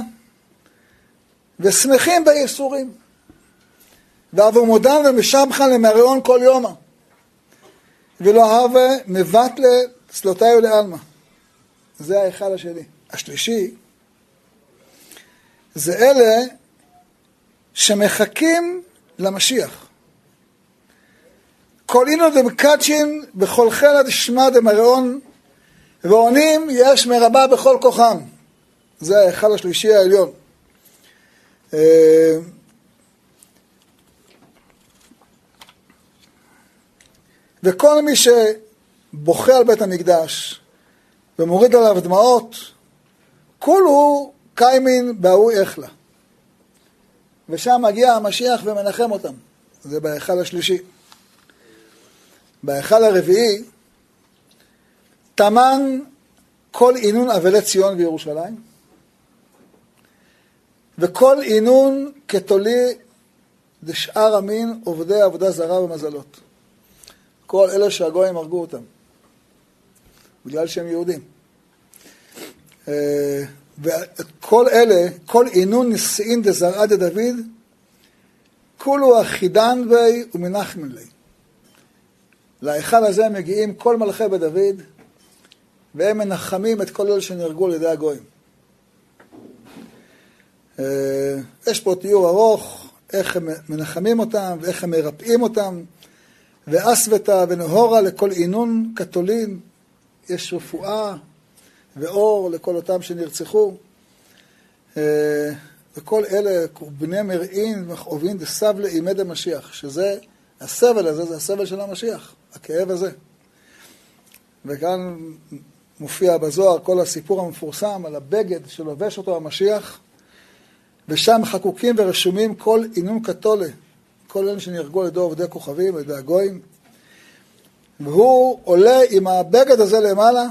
S1: ושמחים בייסורים. ואבו מודם ומשבחן למריון כל יומה. ולא הווה מבטלה צלותיו לעלמה. זה ההיכל השני. השלישי, זה אלה שמחכים למשיח. כל אינו דמקדשין בכל חלד שמע דמריון, ועונים יש מרבה בכל כוחם. זה ההיכל השלישי העליון. וכל מי שבוכה על בית המקדש ומוריד עליו דמעות, כולו קיימין באו איכלה. ושם מגיע המשיח ומנחם אותם. זה בהיכל השלישי. בהיכל הרביעי, תמן כל עינון אבלי ציון וירושלים, וכל עינון כתולי דשאר המין עובדי עבודה זרה ומזלות. כל אלה שהגויים הרגו אותם, בגלל שהם יהודים. וכל אלה, כל עינון נשיאים דזרעה דדוד, כולו אחידן בי ומנחמן לי. להיכל הזה מגיעים כל מלכי בדוד, והם מנחמים את כל אלה שנהרגו על ידי הגויים. יש פה תיאור ארוך, איך הם מנחמים אותם, ואיך הם מרפאים אותם, ואסוותה ונהורה לכל עינון קתולין, יש רפואה ואור לכל אותם שנרצחו. וכל אלה, בני מרעין ומכאובין דסבל עימד המשיח, שזה, הסבל הזה, זה הסבל של המשיח, הכאב הזה. וכאן מופיע בזוהר כל הסיפור המפורסם על הבגד שלובש אותו המשיח, ושם חקוקים ורשומים כל עינון קתולה, כל אלה שנהרגו על ידי עובדי כוכבים, על ידי הגויים, והוא עולה עם הבגד הזה למעלה,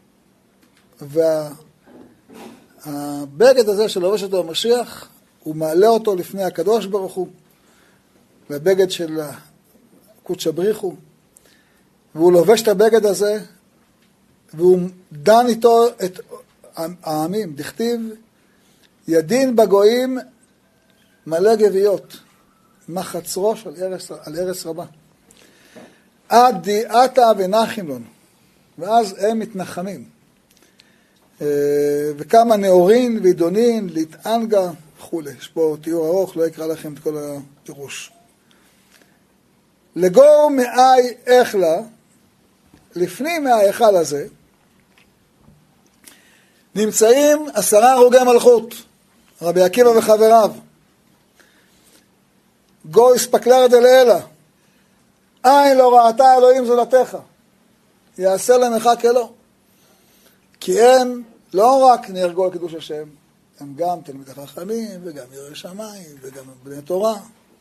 S1: והבגד הזה שלובש אותו המשיח, הוא מעלה אותו לפני הקדוש ברוך הוא, והבגד של קודש בריחו, והוא לובש את הבגד הזה, והוא דן איתו את העמים, דכתיב, ידין בגויים מלא גוויות, מחץ ראש על ארץ רבה. עד דיעתה ונחים לנו, ואז הם מתנחמים. וכמה נאורין ועידונין, להתענגה וכו'. יש פה תיאור ארוך, לא אקרא לכם את כל הפירוש. לגור מאי איכלה, לפני מההיכל הזה, נמצאים 10 הרוגי מלכות, רבי עקיבא וחבריו. גוי ספקלר דלאלה, עין לא ראתה אלוהים זולתך, יעשה למך כלא. כי הם לא רק נהרגו על קידוש השם, הם גם תלמידי חכמים, וגם יראי שמיים, וגם בני תורה.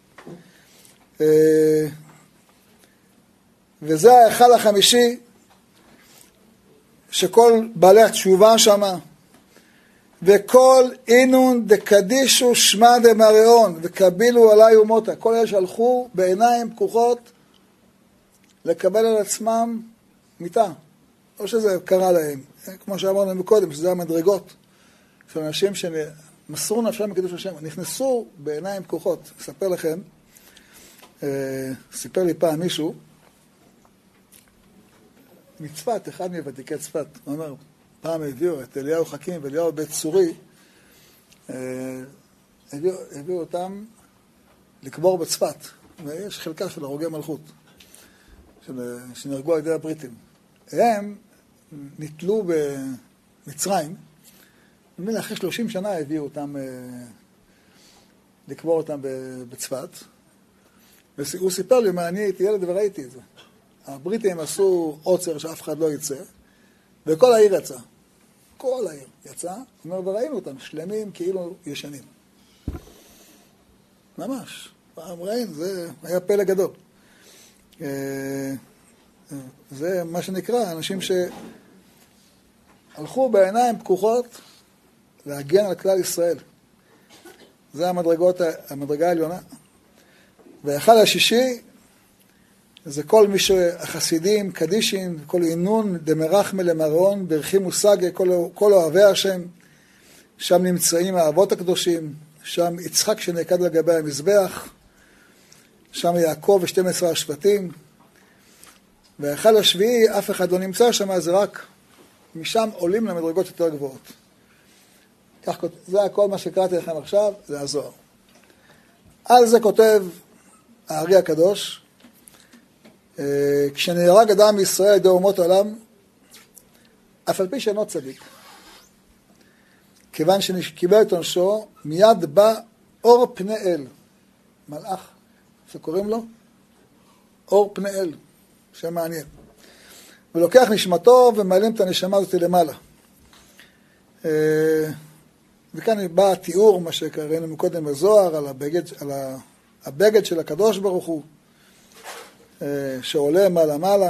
S1: וזה ההיכל החמישי, שכל בעלי התשובה שמה, וכל אינון דקדישו שמע דמריון, וקבילו עלי ומותה. כל אלה שהלכו בעיניים פקוחות לקבל על עצמם מיטה. לא שזה קרה להם, כמו שאמרנו מקודם, שזה המדרגות של אנשים שמסרו נפשם בקידוש השם, נכנסו בעיניים פקוחות. אספר לכם, סיפר לי פעם מישהו, מצפת, אחד מוותיקי צפת, הוא אומר, פעם הביאו את אליהו חכים ואליהו בית צורי, הביאו אותם לקבור בצפת, ויש חלקה של הרוגי מלכות, שנהרגו על ידי הבריטים. הם נתלו במצרים, אחרי 30 שנה הביאו אותם, לקבור אותם בצפת, והוא סיפר לי, אני הייתי ילד וראיתי את זה. הבריטים עשו עוצר שאף אחד לא יצא, וכל העיר יצא. כל העיר יצא, וראינו אותם שלמים כאילו ישנים. ממש. פעם ראינו, זה היה פלא גדול. זה מה שנקרא, אנשים שהלכו בעיניים פקוחות להגן על כלל ישראל. זה המדרגה העליונה. והאחד השישי, זה כל מי שהחסידים, קדישים, כל עינון, דמרחמא למרעון, ברכי מושגי, כל אוהבי השם, שם נמצאים האבות הקדושים, שם יצחק שנעקד לגבי המזבח, שם יעקב ו12 השבטים, והאחד השביעי, אף אחד לא נמצא שם, זה רק משם עולים למדרגות יותר גבוהות. זה הכל מה שקראתי לכם עכשיו, זה הזוהר. על זה כותב הארי הקדוש, כשנהרג אדם מישראל ידי אומות העולם, אף על פי שאינו צדיק, כיוון שקיבל את עונשו, מיד בא אור פני אל, מלאך, שקוראים לו אור פני אל, שם מעניין, ולוקח נשמתו ומעלים את הנשמה הזאת למעלה. וכאן בא התיאור, מה שקראנו מקודם בזוהר, על הבגד של הקדוש ברוך הוא, שעולה מעלה מעלה.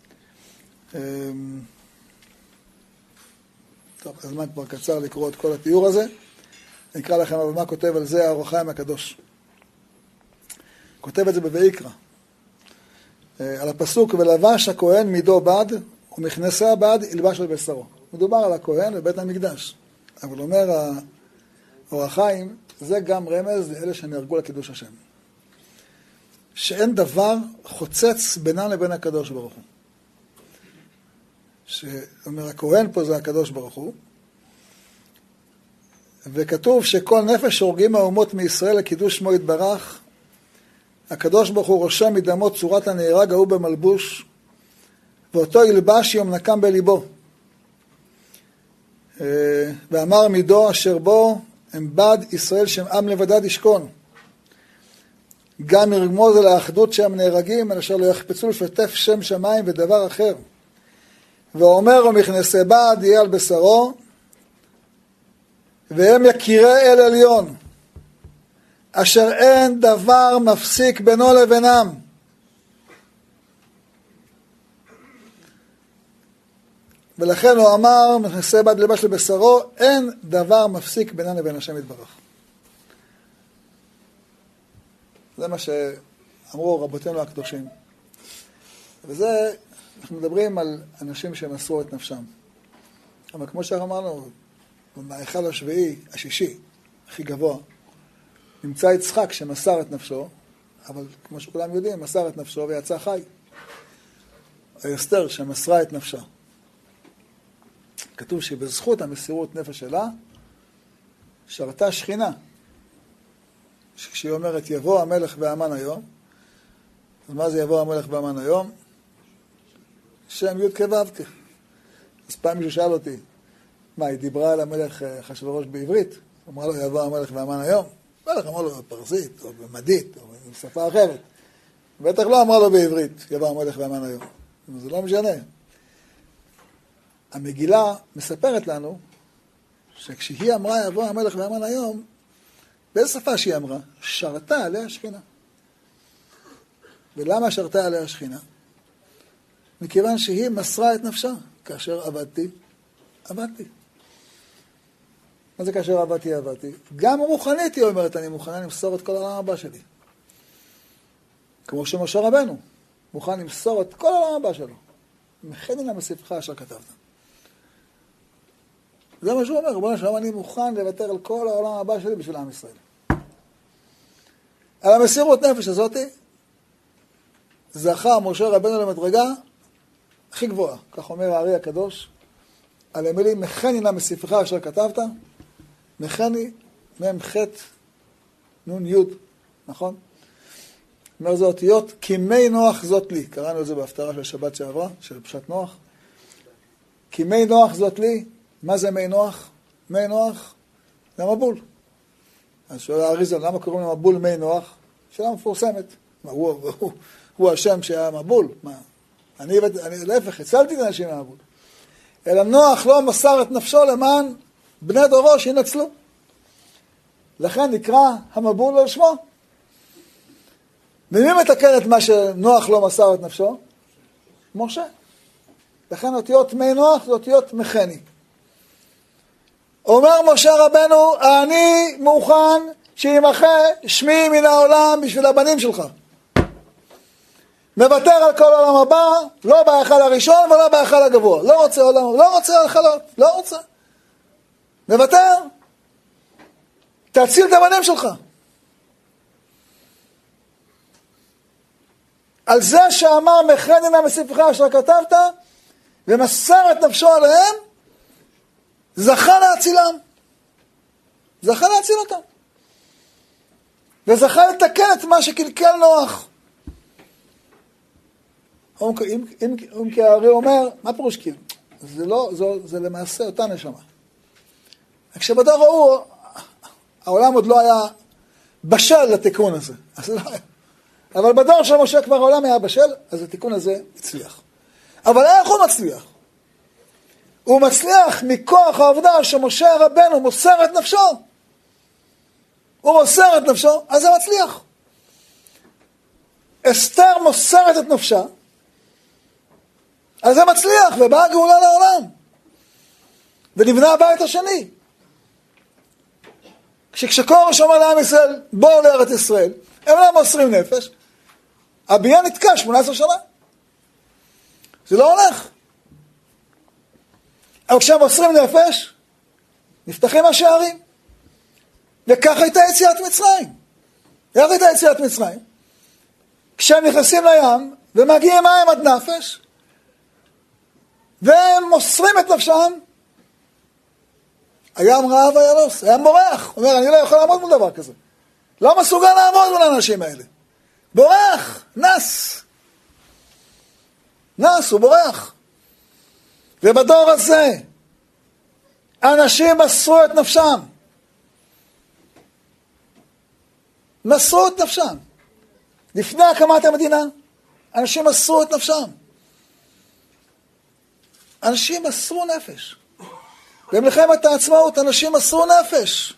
S1: טוב, הזמן כבר קצר לקרוא את כל התיאור הזה. אני אקרא לכם אבל מה כותב על זה האור החיים הקדוש. כותב את זה בויקרא. על הפסוק, ולבש הכהן מידו בד ומכנסה בד ילבש על בשרו. מדובר על הכהן בבית המקדש. אבל אומר האור החיים, זה גם רמז לאלה שנהרגו לקידוש השם. שאין דבר חוצץ בינם לבין הקדוש ברוך הוא. שאומר, הכהן פה זה הקדוש ברוך הוא, וכתוב שכל נפש שהורגים האומות מישראל לקידוש שמו יתברך, הקדוש ברוך הוא רושם מדמו צורת הנהרג ההוא במלבוש, ואותו ילבש יום נקם בליבו. ואמר מידו אשר בו הם בד ישראל שם עם לבדד ישכון. גם ירמוז על האחדות שהם נהרגים, אשר לא יחפצו לפתף שם שמיים ודבר אחר. ואומר ומכנסי בד יהיה על בשרו, והם יקירי אל עליון, אשר אין דבר מפסיק בינו לבינם. ולכן הוא אמר, מכנסי בד לבש לבשרו, אין דבר מפסיק בינם לבין השם יתברך. זה מה שאמרו רבותינו הקדושים. וזה, אנחנו מדברים על אנשים שמסרו את נפשם. אבל כמו שאמרנו, מהאחד השביעי, השישי, הכי גבוה, נמצא יצחק שמסר את נפשו, אבל כמו שכולם יודעים, מסר את נפשו ויצא חי. אסתר שמסרה את נפשה. כתוב שבזכות המסירות נפש שלה, שרתה שכינה. כשהיא אומרת, יבוא המלך והמן היום, אז מה זה יבוא המלך והמן היום? שם י' כו' כ'. אז פעם מישהו שאל אותי, מה, היא דיברה על המלך אחשוורוש בעברית? אמרה לו, יבוא המלך והמן היום? בטח אמרה לו בפרסית, או במדית, או בשפה אחרת. בטח לא אמרה לו בעברית, יבוא המלך והמן היום. זה לא משנה. המגילה מספרת לנו, שכשהיא אמרה, יבוא המלך והמן היום, באיזה שפה שהיא אמרה? שרתה עליה שכינה. ולמה שרתה עליה שכינה? מכיוון שהיא מסרה את נפשה. כאשר עבדתי, עבדתי. מה זה כאשר עבדתי, עבדתי? גם רוחנית היא אומרת, אני מוכנה למסור את כל העולם הבא שלי. כמו שמשה רבנו, מוכן למסור את כל העולם הבא שלו. מכן אל מספרך אשר כתבת. זה מה שהוא אומר, רבנו שלום, אני מוכן לוותר על כל העולם הבא שלי בשביל עם ישראל. על המסירות נפש הזאת, זכה משה רבנו למדרגה הכי גבוהה. כך אומר הארי הקדוש, על המילים, מכני נא מספרך אשר כתבת, מכני מ"ח נ' י', נכון? אומר זה אותיות, כי מי נוח זאת לי. קראנו את זה בהפטרה של שבת שעברה, של פשט נוח. כי מי נוח זאת לי. מה זה מי נוח? מי נוח זה מבול. אז שואל האריזון, למה קוראים למבול מי נוח? שאלה מפורסמת. הוא השם שהיה מבול. מה? אני להפך, הצלתי את האנשים מהמבול. אלא נוח לא מסר את נפשו למען בני דורו שינצלו. לכן נקרא המבול על שמו. ומי מתקן את מה שנוח לא מסר את נפשו? משה. לכן אותיות מי נוח זה אותיות מחני. אומר משה רבנו, אני מוכן שימחה שמי מן העולם בשביל הבנים שלך. מוותר על כל עולם הבא, לא בהיכל הראשון ולא בהיכל הגבוה. לא רוצה עולם, לא רוצה היכלות, לא רוצה. מוותר. תציל את הבנים שלך. על זה שאמר מחני מספרך אשר כתבת, ומסר את נפשו עליהם, זכה להצילם. זכה להציל אותם. וזכה לתקן את מה שקלקל נוח. אם כי הארי אומר, מה פירוש כאילו? זה למעשה אותה נשמה. כשבדור ראו, העולם עוד לא היה בשל לתיקון הזה. אבל בדור של משה כבר העולם היה בשל, אז התיקון הזה הצליח. אבל איך הוא מצליח? הוא מצליח מכוח העובדה שמשה רבנו מוסר את נפשו. הוא מוסר את נפשו, אז זה מצליח. אסתר מוסרת את נפשה, אז זה מצליח, ובאה גאולה לעולם. ונבנה הבית השני. כשקורש אומר לעם ישראל, בואו לארץ ישראל, הם לא מוסרים נפש, הבניין נתקע 18 שנה. זה לא הולך. אבל כשהם מוסרים נפש, נפתחים השערים. וככה הייתה יציאת מצרים. איך הייתה יציאת מצרים? כשהם נכנסים לים, ומגיעים מים עד נפש, והם מוסרים את נפשם, הים רעב וילוס, הים בורח. הוא אומר, אני לא יכול לעמוד מול דבר כזה. לא מסוגל לעמוד מול האנשים האלה. בורח, נס. נס, הוא בורח. ובדור הזה, אנשים מסרו את נפשם. מסרו את נפשם. לפני הקמת המדינה, אנשים מסרו את נפשם. אנשים מסרו נפש. במלחמת העצמאות, אנשים מסרו נפש.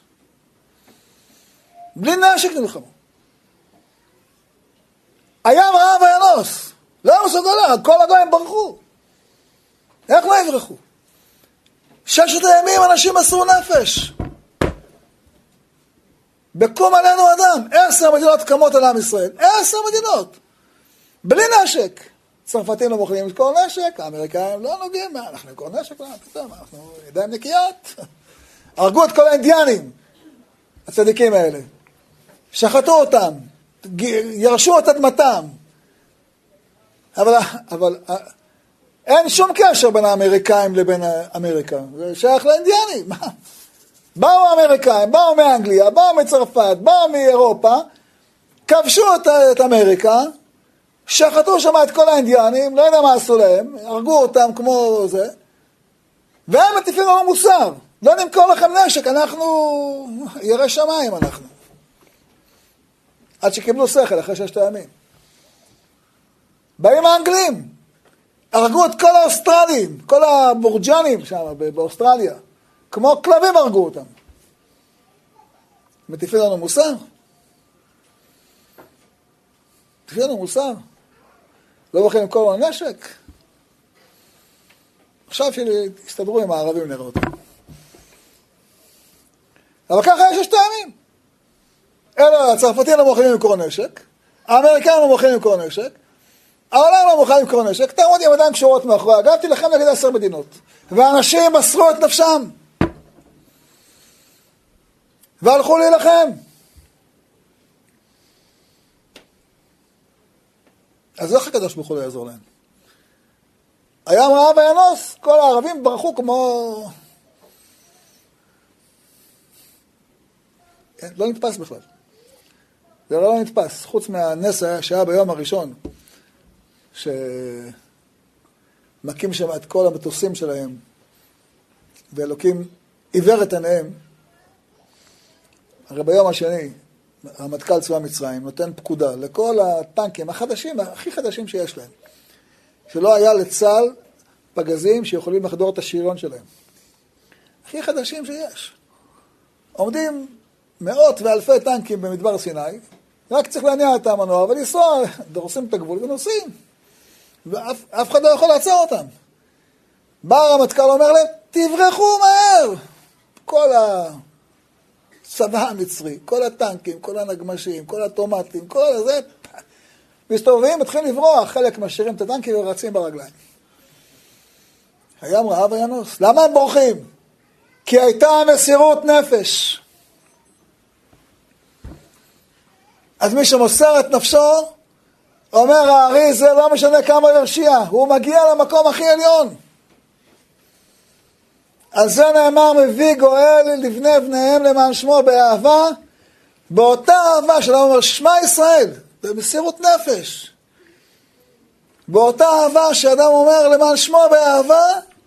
S1: בלי נשק נלחמו. הים רעב וינוס. לא מסוגל, כל הגויים ברחו. איך לא יברחו? 6 הימים אנשים מסרו נפש. בקום עלינו אדם. 10 מדינות קמות על עם ישראל. 10 מדינות. בלי נשק. צרפתים לא מוכנים את כל נשק, האמריקאים לא נוגעים, אנחנו עם כל נשק, אנחנו ידיים נקיות. הרגו את כל האינדיאנים, הצדיקים האלה. שחטו אותם, ירשו את אדמתם. אבל אין שום קשר בין האמריקאים לבין אמריקה. זה שייך לאינדיאנים. באו האמריקאים, באו מאנגליה, באו מצרפת, באו מאירופה, כבשו את אמריקה, שחטו שם את כל האינדיאנים, לא יודע מה עשו להם, הרגו אותם כמו זה, והם מטיפים לנו מוסר. לא נמכור לכם נשק, אנחנו ירא שמיים אנחנו. עד שקיבלו שכל אחרי 6 הימים. באים האנגלים, הרגו את כל האוסטרלים, כל הבורג'נים שם באוסטרליה. כמו כלבים הרגו אותם. מטיפים לנו מוסר? מטיפים לנו מוסר? לא הולכים למכור לנו נשק? עכשיו שיסתדרו עם הערבים נראה אותם. אבל ככה יש 2 ימים. אלא הצרפתים לא מוכנים למכור נשק, האמריקאים לא מוכנים למכור נשק, העולם לא מוכן למכור נשק, תעמוד עם ידיים קשורות מאחורי הגב, תילחם נגד 10 מדינות. ואנשים מסרו את נפשם. והלכו להילחם. אז איך הקדוש ברוך הוא לא יעזור להם? הים רעב וינוס, כל הערבים ברחו כמו... לא נתפס בכלל. זה לא נתפס. חוץ מהנס שהיה ביום הראשון, שמקים שם את כל המטוסים שלהם, ואלוקים עיוור את עיניהם. הרי ביום השני, הרמטכ"ל צבא מצרים נותן פקודה לכל הטנקים החדשים, הכי חדשים שיש להם, שלא היה לצה"ל פגזים שיכולים לחדור את השריון שלהם. הכי חדשים שיש. עומדים 100 ואלפי טנקים במדבר סיני, רק צריך להניע את המנוע ולנסוע, דורסים את הגבול ונוסעים. ואף אחד לא יכול לעצור אותם. בא הרמטכ"ל אומר להם, תברחו מהר! כל הצבא המצרי, כל הטנקים, כל הנגמשים, כל הטומטים, כל הזה, מסתובבים, מתחילים לברוח, חלק משאירים את הטנקים ורצים ברגליים. הים רעב וינוס. למה הם בורחים? כי הייתה מסירות נפש. אז מי שמוסר את נפשו, אומר הארי, זה לא משנה כמה ירשיע, הוא מגיע למקום הכי עליון. על זה נאמר, מביא גואל לבני בניהם למען שמו באהבה, באותה אהבה שלנו אומר, שמע ישראל, במסירות נפש. באותה אהבה שאדם אומר למען שמו באהבה,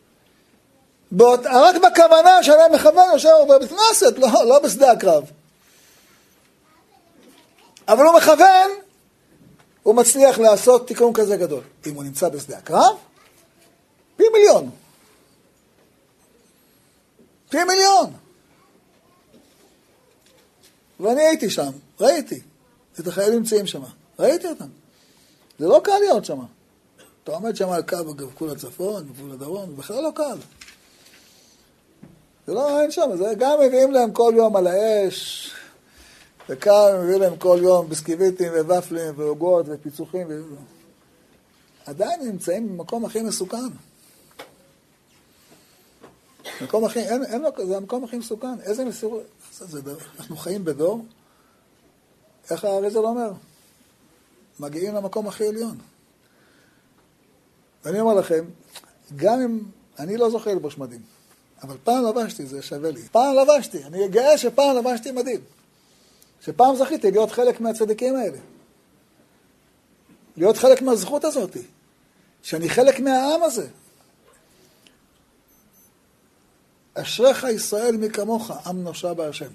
S1: רק בכוונה שאדם מכוון יושב בבית כנסת, לא בשדה הקרב. אבל הוא מכוון, הוא מצליח לעשות תיקון כזה גדול. אם הוא נמצא בשדה הקרב, פי מיליון. פי מיליון. ואני הייתי שם, ראיתי את החיילים נמצאים שם, ראיתי אותם. זה לא קל להיות שם. אתה עומד שם על קו בגבול הצפון, בגבול הדרום, זה בכלל לא קל. זה לא, אין שם, זה גם מביאים להם כל יום על האש, וכאן מביאים להם כל יום בסקיביטים וופלים ועוגות ופיצוחים. עדיין נמצאים במקום הכי מסוכן. מקום הכי, אין לו, זה המקום הכי מסוכן. איזה מסירות, אנחנו חיים בדור, איך האריזל אומר? מגיעים למקום הכי עליון. ואני אומר לכם, גם אם, אני לא זוכר לבוש מדים, אבל פעם לבשתי, זה שווה לי. פעם לבשתי, אני גאה שפעם לבשתי מדים. שפעם זכיתי להיות חלק מהצדיקים האלה. להיות חלק מהזכות הזאת. שאני חלק מהעם הזה. אשריך ישראל מי כמוך, עם נושע בהשם.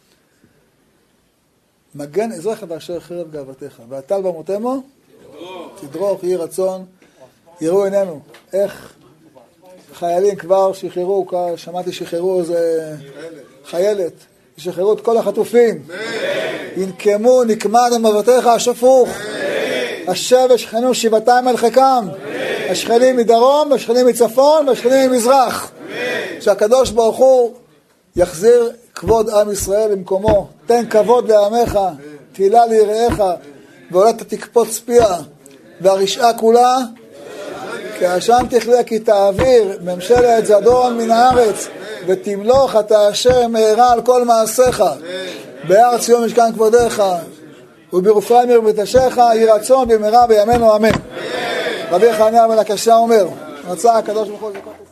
S1: מגן עזרך ואשר חרב גאוותך. והטל במותמו, תדרוך, יהי רצון, יראו עינינו. איך חיילים כבר שחררו, שמעתי שחררו איזה חיילת, שחררו את כל החטופים. ינקמו, נקמת במבטיך השפוך. השב שכנו שבעתיים על חיקם. השכנים מדרום, השכנים מצפון, והשכנים ממזרח. שהקדוש ברוך הוא יחזיר כבוד עם ישראל למקומו. תן כבוד לעמך, תהילה ליראיך, ועולת תקפוץ פיה, והרשעה כולה, כי עשן תכלה כי תעביר ממשלת זדון מן הארץ, ותמלוך אתה השם מהרה על כל מעשיך, בהר ציון משכן כבודך, ובירושלים ירבתשך, יהי רצון במהרה בימינו אמן. רבי חנינא בן עקשיא אומר, רצה הקדוש ברוך הוא